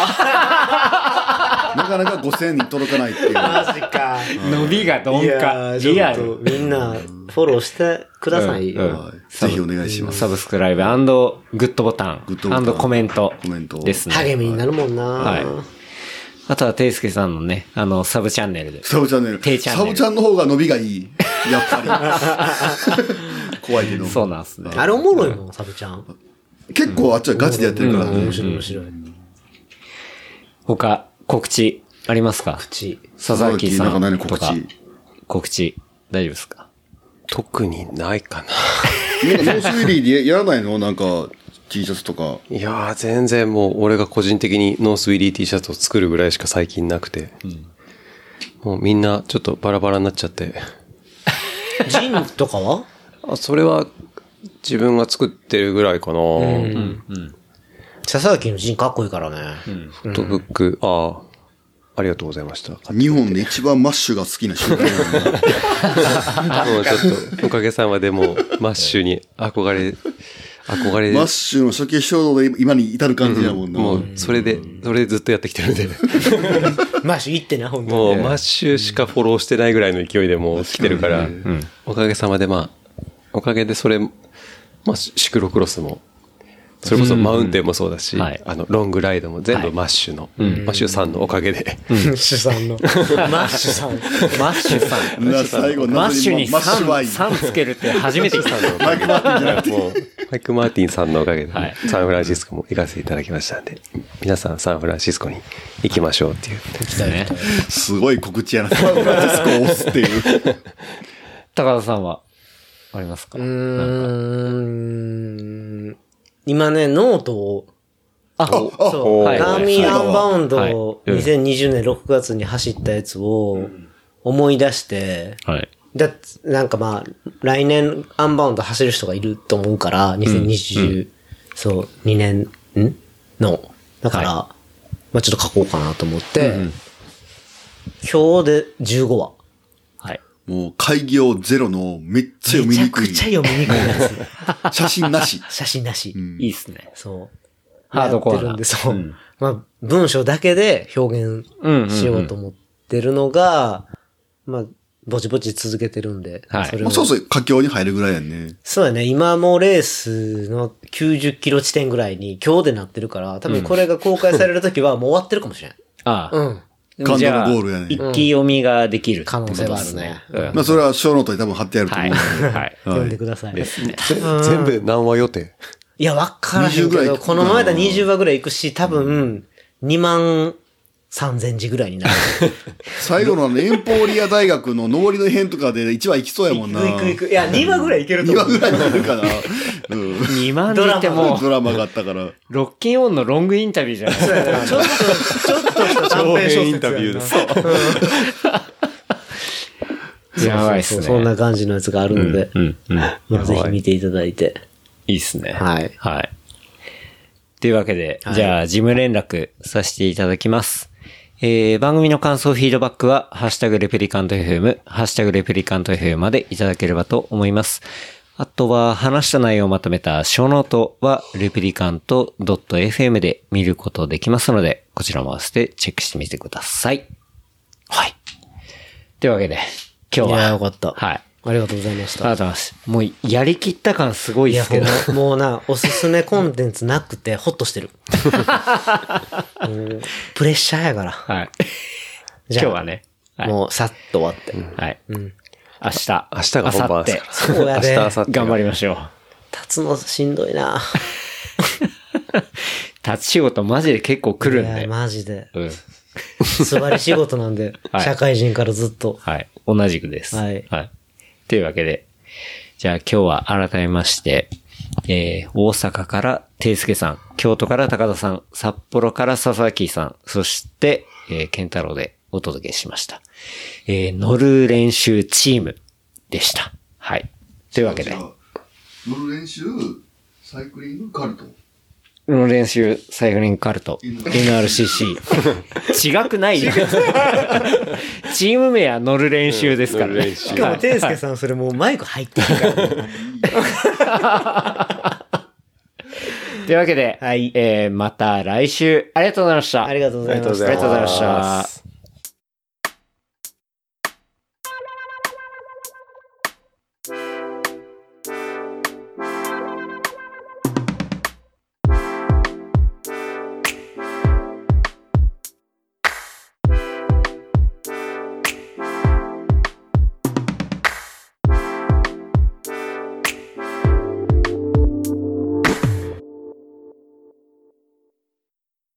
なかなか5000に届かないっていう。 マジか。 伸びが鈍化。 リアル。みんな、フォローしてくださいよ。 ぜひお願いします。 サブスクライブ&グッドボタン。コメント。ですね。 励みになるもんな。 はい。あとは、ていすけさんのね、サブチャンネルで。 サブチャンネル。サブチャンの方が伸びがいい。やっぱり。怖いけど。 そうなんですね。 あれおもろいもん、サブチャン。 結構あっちはガチでやってるからね。 面白い面白い。 他、告知ありますか？ 告知。 佐々木さんとか。 告知。大丈夫ですか？ 特にないかな。 なんかノースウィリーでやらないの？なんか T シャツとか。 いやー全然もう俺が個人的にノースウィリー T シャツを作るぐらいしか最近なくて。もうみんなちょっとバラバラになっちゃって。 ジンとかは？ それは自分が作ってるぐらいかな。 佐々木のジンかっこいいからね。 フットブック、ありがとうございました。 日本で一番マッシュが好きな集団もうちょっと、おかげさまでもう、マッシュに憧れ。 マッシュの初期衝動で今に至る感じやもんな。 もう、それでずっとやってきてるんで。 マッシュ行ってな、本当に。 もう、マッシュしかフォローしてないぐらいの勢いでもう来てるから、おかげさまでおかげでそれ、シクロクロスも、それこそマウンテンもそうだし、ロングライドも全部マッシュの、マッシュさんのおかげで。 マッシュさんの。マッシュさん。 マッシュさん。 最後マッシュに3つけるって初めて来たの。 マイク・マーティンじゃなくて。マイク・マーティンさんのおかげで、サンフランシスコも行かせていただきましたんで、皆さんサンフランシスコに行きましょうっていう。 行きたいね。 すごい告知やな、サンフランシスコを押すっていう。 高田さんはありますか？ 今ね、ノートを、そう、ガーミンアンバウンドを2020年6月に走ったやつを思い出して、なんか来年アンバウンド走る人がいると思うから、2022年の、だから、ちょっと書こうかなと思って、今日で15話。 もう開業ゼロのめっちゃ読みにくい。 めちゃくちゃ読みにくいやつ。写真なし。 写真なし。 いいっすね。 そう。 ハードコアな。 そう。文章だけで表現しようと思ってるのが、ぼちぼち続けてるんで。 そうそう、佳境に入るぐらいやね。 そうやね。今もうレースの90キロ地点ぐらいに今日でなってるから、多分これが公開されるときはもう終わってるかもしれん。 感動のゴールやね。 一気読みができる。 可能性はあるね。 それは小ノートに多分貼ってあると思う。 はい。読んでください。 ですね。全部何話予定？ いや、わからへんけど、この前だ20話ぐらいいくし、多分、23,000字ぐらいになる。 最後のエンポーリア大学の上りの編とかで1話いきそうやもんな。 いく。いや、2話ぐらいいけると思う。 2話ぐらいいけるかな。 2万字ってもう、 ドラマがあったから。 ロッキンオンのロングインタビューじゃないですか。 ちょっとした短編小説インタビューです。やばいっすね。そんな感じのやつがあるので、ぜひ見ていただいて。 いいっすね。 はい。 はい。というわけで、じゃあ、事務連絡させていただきます。番組の感想、フィードバックは、ハッシュタグレプリカント FM、ハッシュタグレプリカント FM までいただければと思います。あとは、話した内容をまとめた小ノートは、レプリカント .fm で見ることできますので、こちらも合わせてチェックしてみてください。はい。というわけで、今日は。 いや、よかった。 はい。 ありがとうございました。 ありがとうございます。もう、やりきった感すごいですけど。 もうな、おすすめコンテンツなくて、ほっとしてる。プレッシャーやから。 はい。今日はね。 もう、さっと終わって。 はい。明日が本番ですから。 そうやで。 明日、 頑張りましょう。 立つのしんどいな。 立ち仕事マジで結構来るんで。 いや、マジで。座り仕事なんで、社会人からずっと。 はい。同じくです。 はい。 はい。というわけで、じゃあ今日は改めまして、大阪からていすけさん、京都から高田さん、札幌から佐々木さん、そして、健太郎でお届けしました。乗る練習チームでした。はい。 というわけで。 乗る練習、サイクリングカルト。 の練習、サイクリングカルト、NRCC。違くないよ。チーム名は乗る練習ですからね。 しかも、ていすけさんそれもうマイク入ってるから。 というわけで、はい、また来週、ありがとうございました。 ありがとうございました。 ありがとうございました。